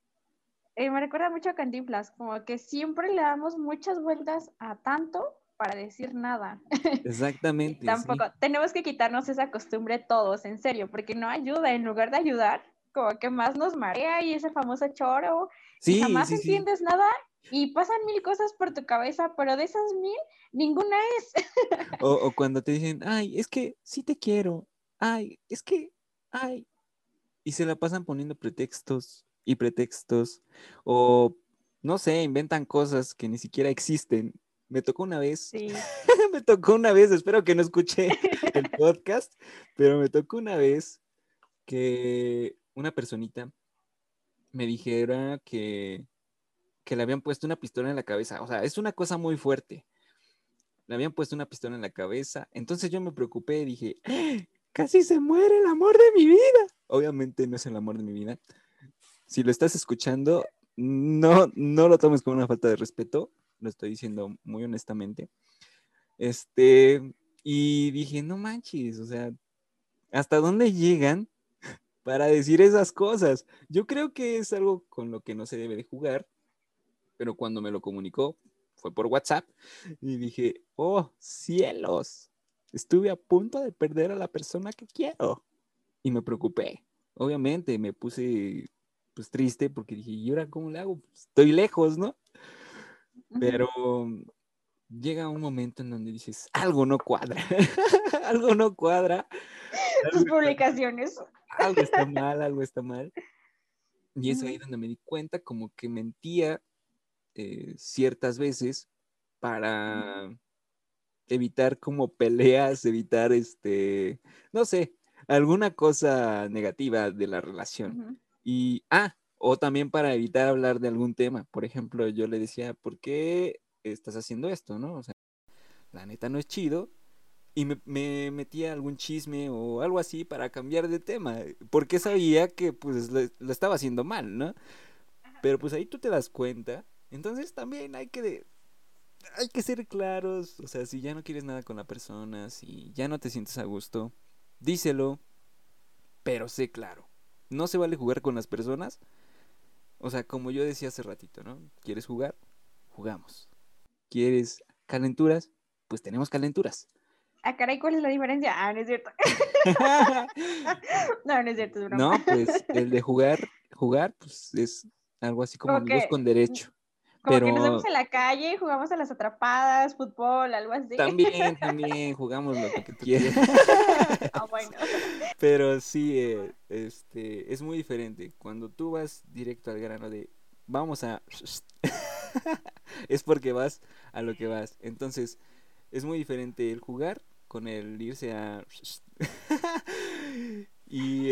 [SPEAKER 2] Me recuerda mucho a Cantinflas, como que siempre le damos muchas vueltas a tanto para decir nada. Y
[SPEAKER 1] Exactamente, sí.
[SPEAKER 2] tampoco, tenemos que quitarnos esa costumbre todos, en serio, porque no ayuda, en lugar de ayudar, como que más nos marea y ese famoso choro, y
[SPEAKER 1] Sí,
[SPEAKER 2] jamás
[SPEAKER 1] sí, sí.
[SPEAKER 2] entiendes nada y pasan 1000 cosas por tu cabeza, pero de esas 1000, ninguna es.
[SPEAKER 1] O cuando te dicen, ay, es que sí te quiero. Ay, es que, ay. Y se la pasan poniendo pretextos y pretextos. O, no sé, inventan cosas que ni siquiera existen. Me tocó una vez,
[SPEAKER 2] Sí.
[SPEAKER 1] me tocó una vez, espero que no escuche el podcast, pero me tocó una vez que una personita me dijera que le habían puesto una pistola en la cabeza. O sea, es una cosa muy fuerte. le habían puesto una pistola en la cabeza. Entonces yo me preocupé y dije, casi se muere el amor de mi vida. Obviamente no es el amor de mi vida. Si lo estás escuchando, no lo tomes como una falta de respeto. Lo estoy diciendo muy honestamente. Y dije, no manches, o sea, ¿hasta dónde llegan para decir esas cosas? Yo creo que es algo con lo que no se debe de jugar, pero cuando me lo comunicó fue por WhatsApp y dije, oh, cielos, estuve a punto de perder a la persona que quiero y me preocupé. Obviamente me puse pues triste porque dije, ¿y ahora cómo le hago? Pues, estoy lejos, ¿no?
[SPEAKER 2] Ujú.
[SPEAKER 1] Pero llega un momento en donde dices, algo no cuadra, algo no cuadra, algo
[SPEAKER 2] Tus
[SPEAKER 1] está,
[SPEAKER 2] publicaciones.
[SPEAKER 1] algo está mal, algo está mal. Y es ahí
[SPEAKER 2] Ujú,
[SPEAKER 1] donde me di cuenta como que mentía ciertas veces
[SPEAKER 2] ujú,
[SPEAKER 1] para evitar como peleas, evitar no sé, alguna cosa negativa de la relación.
[SPEAKER 2] ujú.
[SPEAKER 1] O también para evitar hablar de algún tema. Por ejemplo, yo le decía, ¿por qué estás haciendo esto, no? O sea, la neta no es chido. Y me metía algún chisme o algo así para cambiar de tema. Porque sabía que pues lo estaba haciendo mal, ¿no? Pero pues ahí tú te das cuenta. Entonces también hay que ser claros. O sea, si ya no quieres nada con la persona, si ya no te sientes a gusto, díselo, pero sé claro. No se vale jugar con las personas. O sea, como yo decía hace ratito, ¿no? ¿Quieres jugar? Jugamos. ¿Quieres calenturas? Pues tenemos calenturas.
[SPEAKER 2] Ah, caray, ¿cuál es la diferencia? Ah, no es cierto. No, no es cierto, es broma.
[SPEAKER 1] No, pues el de jugar, pues es algo así como
[SPEAKER 2] Como
[SPEAKER 1] amigos
[SPEAKER 2] que,
[SPEAKER 1] con derecho.
[SPEAKER 2] como que nos vemos
[SPEAKER 1] Pero
[SPEAKER 2] en la calle, jugamos a las atrapadas, fútbol, algo así.
[SPEAKER 1] también jugamos lo que tú quieras.
[SPEAKER 2] Ah, bueno.
[SPEAKER 1] Pero sí, es muy diferente. Cuando tú vas directo al grano de vamos a... es porque vas a lo que vas. Entonces, es muy diferente el jugar con el irse a... y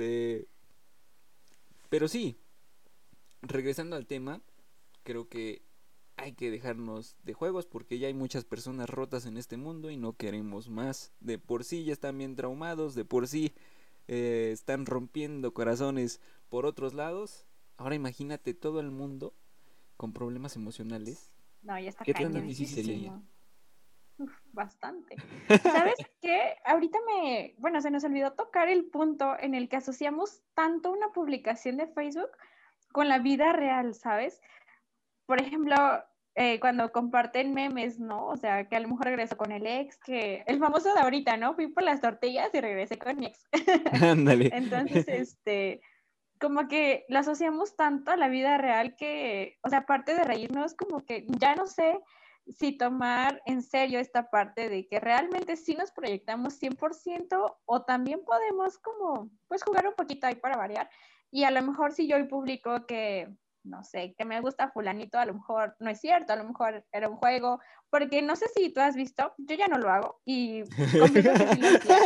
[SPEAKER 1] pero sí, regresando al tema, creo que hay que dejarnos de juegos porque ya hay muchas personas rotas en este mundo y no queremos más. De por sí ya están bien traumados, de por sí están rompiendo corazones por otros lados. Ahora imagínate todo el mundo con problemas emocionales.
[SPEAKER 2] No, ya está
[SPEAKER 1] ¿Qué tan difícil sería?
[SPEAKER 2] cañoncísimo. Uf, bastante. ¿Y sabes qué? Ahorita bueno, se nos olvidó tocar el punto en el que asociamos tanto una publicación de Facebook con la vida real, ¿sabes? Por ejemplo, cuando comparten memes, ¿no? O sea, que a lo mejor regreso con el ex, que el famoso de ahorita, ¿no? Fui por las tortillas y regresé con mi ex.
[SPEAKER 1] Ándale.
[SPEAKER 2] Entonces, como que lo asociamos tanto a la vida real que, o sea, aparte de reírnos, como que ya no sé si tomar en serio esta parte de que realmente sí nos proyectamos 100% o también podemos como, pues jugar un poquito ahí para variar. Y a lo mejor si yo hoy publico que, no sé, que me gusta fulanito, a lo mejor no es cierto, a lo mejor era un juego, porque no sé si tú has visto, yo ya no lo hago y confieso que sí lo hacía,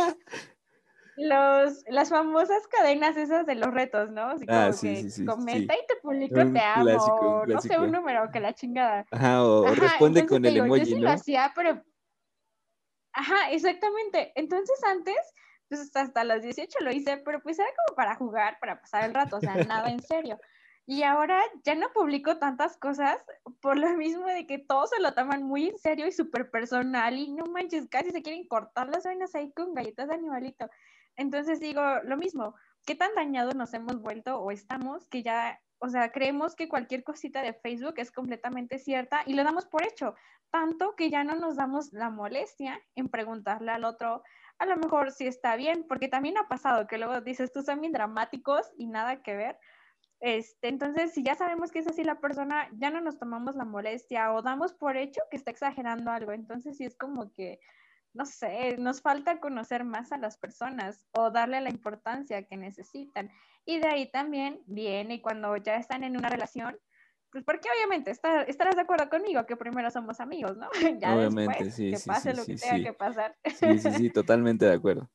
[SPEAKER 2] las famosas cadenas esas de los retos, ¿no? Así
[SPEAKER 1] Ah,
[SPEAKER 2] como
[SPEAKER 1] sí, sí,
[SPEAKER 2] que
[SPEAKER 1] sí,
[SPEAKER 2] comenta
[SPEAKER 1] sí.
[SPEAKER 2] y te publico te
[SPEAKER 1] Un
[SPEAKER 2] amo,
[SPEAKER 1] clásico, un
[SPEAKER 2] o no sé, un
[SPEAKER 1] clásico.
[SPEAKER 2] número, que la chingada.
[SPEAKER 1] Ajá, o
[SPEAKER 2] Ajá,
[SPEAKER 1] responde
[SPEAKER 2] entonces
[SPEAKER 1] con
[SPEAKER 2] te
[SPEAKER 1] el
[SPEAKER 2] digo, yo
[SPEAKER 1] emoji,
[SPEAKER 2] sí lo
[SPEAKER 1] ¿no?
[SPEAKER 2] hacía, pero, ajá, exactamente. Entonces antes, pues hasta los 18 lo hice, pero pues era como para jugar, para pasar el rato, o sea, nada en serio. Y ahora ya no publico tantas cosas por lo mismo de que todos se lo toman muy en serio y súper personal y no manches, casi se quieren cortar las venas ahí con galletas de animalito. Entonces digo, lo mismo, ¿qué tan dañados nos hemos vuelto o estamos que ya, o sea, creemos que cualquier cosita de Facebook es completamente cierta y lo damos por hecho? Tanto que ya no nos damos la molestia en preguntarle al otro, a lo mejor si está bien, porque también ha pasado que luego dices, tú son bien dramáticos y nada que ver. Entonces, si ya sabemos que es así la persona, ya no nos tomamos la molestia o damos por hecho que está exagerando algo. Entonces, sí es como que, no sé, nos falta conocer más a las personas o darle la importancia que necesitan. Y de ahí también viene cuando ya están en una relación, pues porque obviamente estarás de acuerdo conmigo que primero somos amigos, ¿no? Ya después,
[SPEAKER 1] Obviamente, sí,
[SPEAKER 2] que
[SPEAKER 1] sí,
[SPEAKER 2] pase
[SPEAKER 1] sí,
[SPEAKER 2] lo que
[SPEAKER 1] sí,
[SPEAKER 2] tenga
[SPEAKER 1] sí.
[SPEAKER 2] que pasar.
[SPEAKER 1] Sí, sí, sí, totalmente de acuerdo.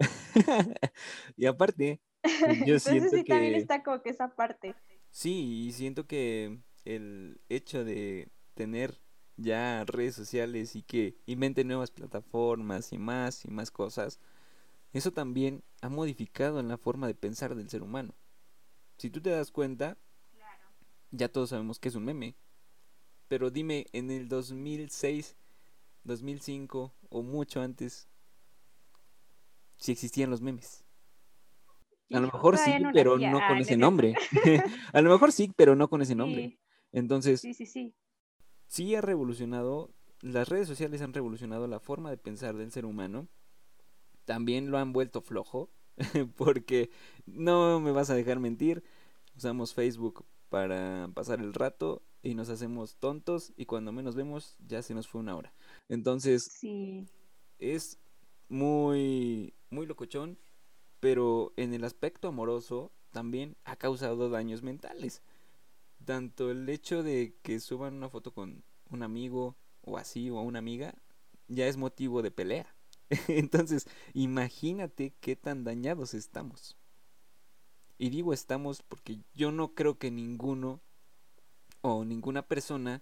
[SPEAKER 1] Y aparte, yo
[SPEAKER 2] Entonces
[SPEAKER 1] siento
[SPEAKER 2] sí, también
[SPEAKER 1] que
[SPEAKER 2] está como que esa parte.
[SPEAKER 1] sí, y siento que el hecho de tener ya redes sociales y que inventen nuevas plataformas y más cosas, eso también ha modificado en la forma de pensar del ser humano. Si tú te das cuenta, ya todos sabemos que es un meme. Pero dime, en el 2006, 2005 o mucho antes, si existían los memes. A lo
[SPEAKER 2] Hijo,
[SPEAKER 1] mejor
[SPEAKER 2] todavía
[SPEAKER 1] sí,
[SPEAKER 2] no
[SPEAKER 1] pero
[SPEAKER 2] nacía.
[SPEAKER 1] no con
[SPEAKER 2] Ah, no
[SPEAKER 1] ese
[SPEAKER 2] es cierto.
[SPEAKER 1] nombre. A lo mejor sí, pero no con ese nombre.
[SPEAKER 2] Sí,
[SPEAKER 1] Entonces,
[SPEAKER 2] sí, sí, sí.
[SPEAKER 1] sí ha revolucionado, las redes sociales han revolucionado la forma de pensar del ser humano. También lo han vuelto flojo, porque no me vas a dejar mentir, usamos Facebook para pasar el rato y nos hacemos tontos y cuando menos vemos ya se nos fue una hora. Entonces,
[SPEAKER 2] Sí.
[SPEAKER 1] es muy locochón, pero en el aspecto amoroso también ha causado daños mentales. Tanto el hecho de que suban una foto con un amigo o así o una amiga ya es motivo de pelea. Entonces, imagínate qué tan dañados estamos. Y digo estamos porque yo no creo que ninguno o ninguna persona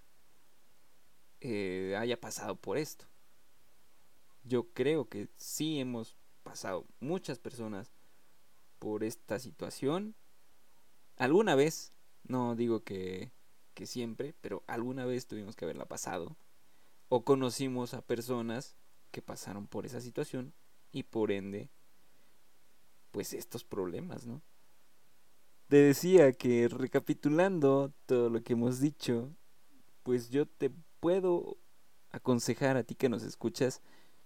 [SPEAKER 1] haya pasado por esto. Yo creo que sí hemos pasado muchas personas por esta situación. Alguna vez, no digo que siempre, pero alguna vez tuvimos que haberla pasado. O conocimos a personas que pasaron por esa situación y por ende, pues estos problemas, ¿no? Te decía que recapitulando todo lo que hemos dicho, pues yo te puedo aconsejar a ti que nos escuchas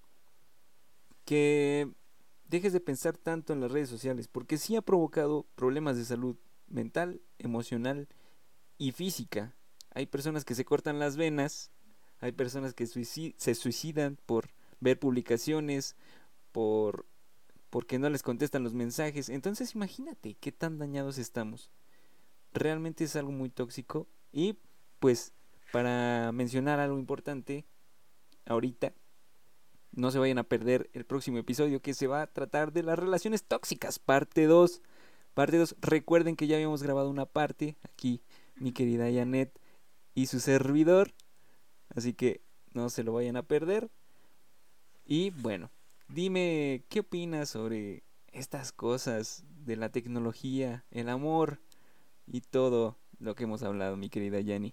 [SPEAKER 1] que dejes de pensar tanto en las redes sociales, porque sí ha provocado problemas de salud mental, emocional y física. Hay personas que se cortan las venas, hay personas que se suicidan por ver publicaciones, por porque no les contestan los mensajes. Entonces imagínate qué tan dañados estamos. Realmente es algo muy tóxico y pues para mencionar algo importante ahorita, no se vayan a perder el próximo episodio que se va a tratar de las relaciones tóxicas, parte 2. Parte 2, recuerden que ya habíamos grabado una parte, aquí mi querida Janet y su servidor, así que no se lo vayan a perder. Y bueno, dime, ¿qué opinas sobre estas cosas de la tecnología, el amor y todo lo que hemos hablado, mi querida Yanni?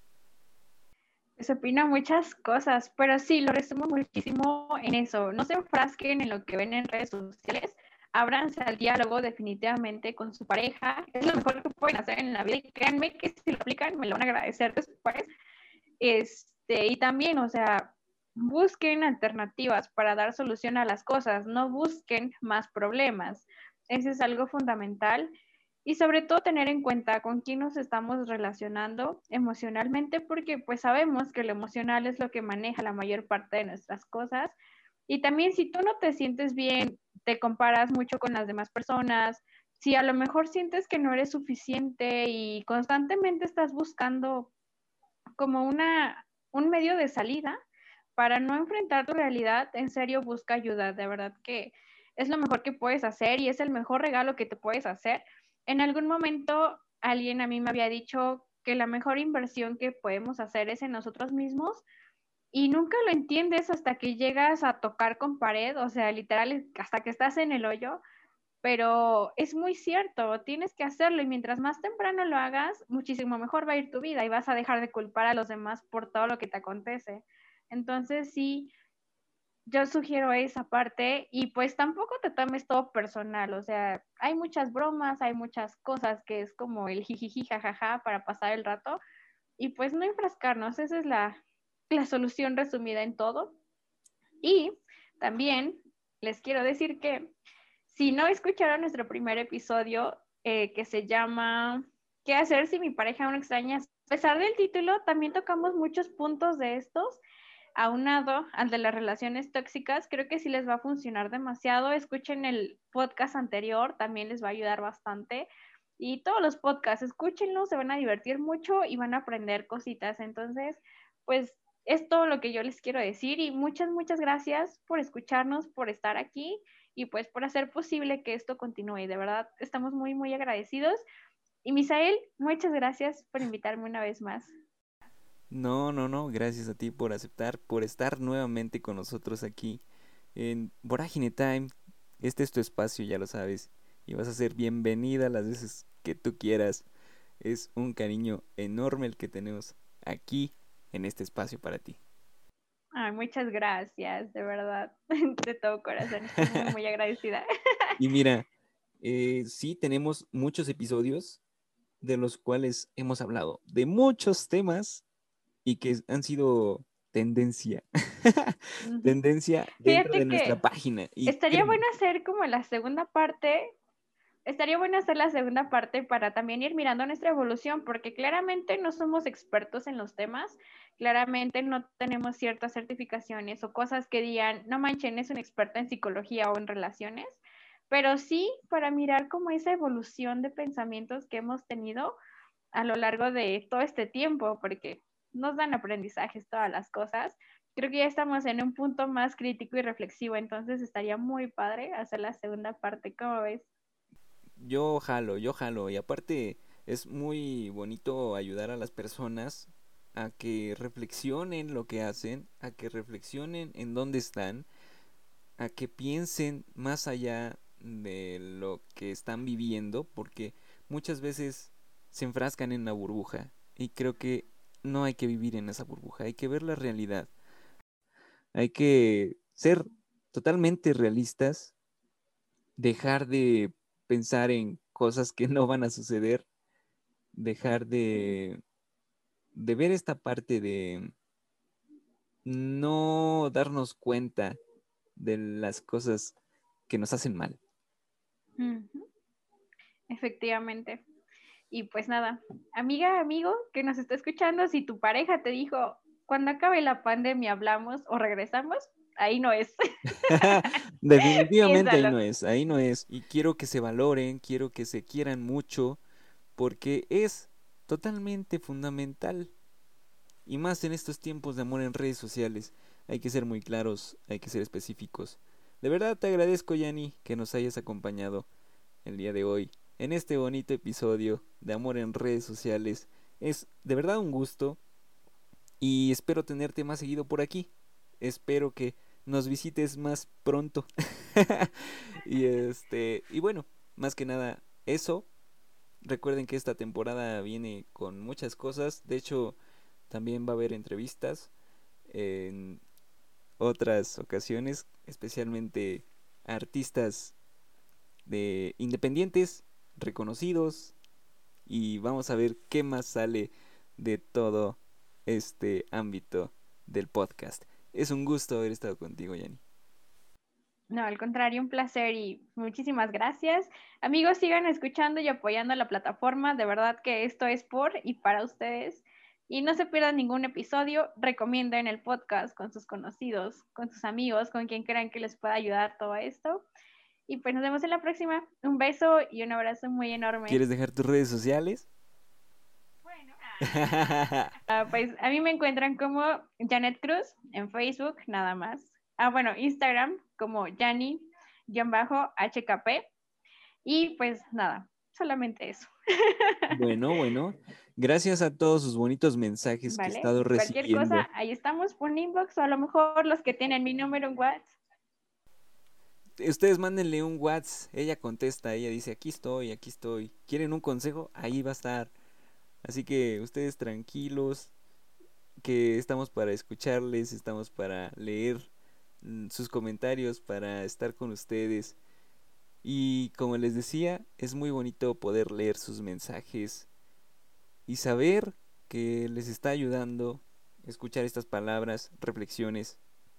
[SPEAKER 2] Se opina muchas cosas, pero sí, lo resumo muchísimo en eso. No se enfrasquen en lo que ven en redes sociales, ábranse al diálogo definitivamente con su pareja. Es lo mejor que pueden hacer en la vida y créanme que si lo aplican me lo van a agradecer después. Y también, o sea, busquen alternativas para dar solución a las cosas, no busquen más problemas. Eso es algo fundamental. Y sobre todo tener en cuenta con quién nos estamos relacionando emocionalmente, porque pues sabemos que lo emocional es lo que maneja la mayor parte de nuestras cosas. Y también si tú no te sientes bien, te comparas mucho con las demás personas, si a lo mejor sientes que no eres suficiente y constantemente estás buscando como un medio de salida para no enfrentar tu realidad, en serio busca ayuda, de verdad que es lo mejor que puedes hacer y es el mejor regalo que te puedes hacer. En algún momento alguien a mí me había dicho que la mejor inversión que podemos hacer es en nosotros mismos y nunca lo entiendes hasta que llegas a tocar con pared, o sea, literal, hasta que estás en el hoyo, pero es muy cierto, tienes que hacerlo y mientras más temprano lo hagas, muchísimo mejor va a ir tu vida y vas a dejar de culpar a los demás por todo lo que te acontece. Entonces sí, yo sugiero esa parte y pues tampoco te tomes todo personal, o sea, hay muchas bromas, hay muchas cosas que es como el jijiji jajaja para pasar el rato y pues no enfrascarnos, esa es la solución resumida en todo. Y también les quiero decir que si no escucharon nuestro primer episodio que se llama ¿Qué hacer si mi pareja no extraña? A pesar del título, también tocamos muchos puntos de estos, aunado al de las relaciones tóxicas. Creo que sí les va a funcionar demasiado. Escuchen el podcast anterior, también les va a ayudar bastante. Y todos los podcasts, escúchenlos, se van a divertir mucho y van a aprender cositas. Entonces, pues es todo lo que yo les quiero decir y muchas gracias por escucharnos, por estar aquí y pues por hacer posible que esto continúe. De verdad, estamos muy agradecidos. Y Misael, muchas gracias por invitarme una vez más.
[SPEAKER 1] No, gracias a ti por aceptar, por estar nuevamente con nosotros aquí en Vorágine Time. Este es tu espacio, ya lo sabes, y vas a ser bienvenida las veces que tú quieras. Es un cariño enorme el que tenemos aquí en este espacio para ti.
[SPEAKER 2] Ay, muchas gracias, de verdad, de todo corazón. Estoy muy, muy agradecida.
[SPEAKER 1] Y mira, sí tenemos muchos episodios de los cuales hemos hablado de muchos temas y que han sido tendencia,
[SPEAKER 2] Ujú.
[SPEAKER 1] tendencia dentro de
[SPEAKER 2] Fíjate
[SPEAKER 1] nuestra
[SPEAKER 2] que
[SPEAKER 1] página. Y
[SPEAKER 2] estaría
[SPEAKER 1] créeme,
[SPEAKER 2] bueno hacer como la segunda parte. Estaría bueno hacer la segunda parte para también ir mirando nuestra evolución, porque claramente no somos expertos en los temas, claramente no tenemos ciertas certificaciones o cosas que digan, no manchen, es un experto en psicología o en relaciones, pero sí para mirar como esa evolución de pensamientos que hemos tenido a lo largo de todo este tiempo, porque nos dan aprendizajes todas las cosas. Creo que ya estamos en un punto más crítico y reflexivo, entonces estaría muy padre hacer la segunda parte, ¿cómo ves?
[SPEAKER 1] yo jalo. Y aparte es muy bonito ayudar a las personas a que reflexionen lo que hacen, a que reflexionen en dónde están, a que piensen más allá de lo que están viviendo, porque muchas veces se enfrascan en una burbuja y creo que no hay que vivir en esa burbuja, hay que ver la realidad, hay que ser totalmente realistas, dejar de pensar en cosas que no van a suceder, dejar de ver esta parte de no darnos cuenta de las cosas que nos hacen mal.
[SPEAKER 2] Ujú, efectivamente. Y pues nada, amiga, amigo que nos está escuchando, si tu pareja te dijo, cuando acabe la pandemia hablamos o regresamos, ahí no es.
[SPEAKER 1] Definitivamente
[SPEAKER 2] Piénsalo.
[SPEAKER 1] ahí no es. Y quiero que se valoren, quiero que se quieran mucho, porque es totalmente fundamental. Y más en estos tiempos de amor en redes sociales. Hay que ser muy claros, hay que ser específicos. De verdad te agradezco, Yanni, que nos hayas acompañado el día de hoy en este bonito episodio de amor en redes sociales. Es de verdad un gusto y espero tenerte más seguido por aquí. Espero que nos visites más pronto. Y bueno, más que nada eso. Recuerden que esta temporada viene con muchas cosas. De hecho, también va a haber entrevistas en otras ocasiones, especialmente a artistas de independientes, reconocidos, y vamos a ver qué más sale de todo este ámbito del podcast. Es un gusto haber estado contigo, Yanni.
[SPEAKER 2] No, al contrario, un placer y muchísimas gracias. Amigos, sigan escuchando y apoyando la plataforma. De verdad que esto es por y para ustedes. Y no se pierdan ningún episodio. Recomienden el podcast con sus conocidos, con sus amigos, con quien crean que les pueda ayudar todo esto. Y pues nos vemos en la próxima. Un beso y un abrazo muy enorme.
[SPEAKER 1] ¿Quieres dejar tus redes sociales?
[SPEAKER 2] Bueno, pues a mí me encuentran como Janet Cruz en Facebook, nada más. Bueno, Instagram como Jani-HKP. Y pues nada, solamente eso.
[SPEAKER 1] Bueno, gracias a todos sus bonitos mensajes que he
[SPEAKER 2] ¿Vale?
[SPEAKER 1] estado
[SPEAKER 2] Cualquier cosa,
[SPEAKER 1] recibiendo.
[SPEAKER 2] ahí estamos por un inbox o a lo mejor los que tienen mi número en WhatsApp.
[SPEAKER 1] Ustedes mándenle un WhatsApp, ella contesta, ella dice, aquí estoy, aquí estoy. ¿Quieren un consejo? Ahí va a estar. Así que ustedes tranquilos, que estamos para escucharles, estamos para leer sus comentarios, para estar con ustedes. Y como les decía, es muy bonito poder leer sus mensajes y saber que les está ayudando escuchar estas palabras, reflexiones,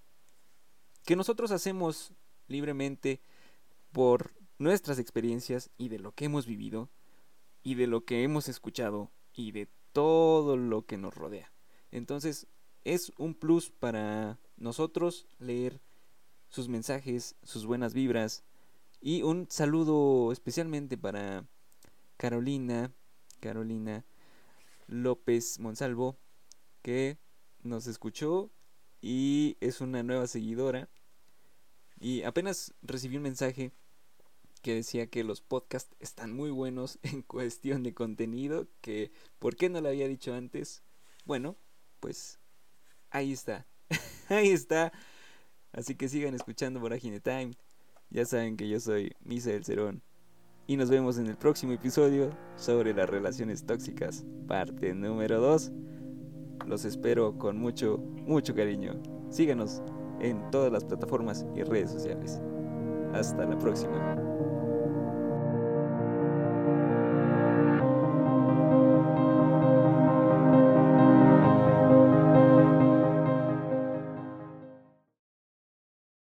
[SPEAKER 1] que nosotros hacemos libremente por nuestras experiencias y de lo que hemos vivido y de lo que hemos escuchado y de todo lo que nos rodea. Entonces es un plus para nosotros leer sus mensajes, sus buenas vibras y un saludo especialmente para Carolina, Carolina López Monsalvo, que nos escuchó y es una nueva seguidora y apenas recibí un mensaje que decía que los podcasts están muy buenos en cuestión de contenido, que por qué no lo había dicho antes. Bueno, pues ahí está. Ahí está. Así que sigan escuchando Vorágine Time. Ya saben que yo soy Misael Cerón. Y nos vemos en el próximo episodio sobre las relaciones tóxicas, parte número 2. Los espero con mucho, mucho cariño. Síganos en todas las plataformas y redes sociales. Hasta la próxima.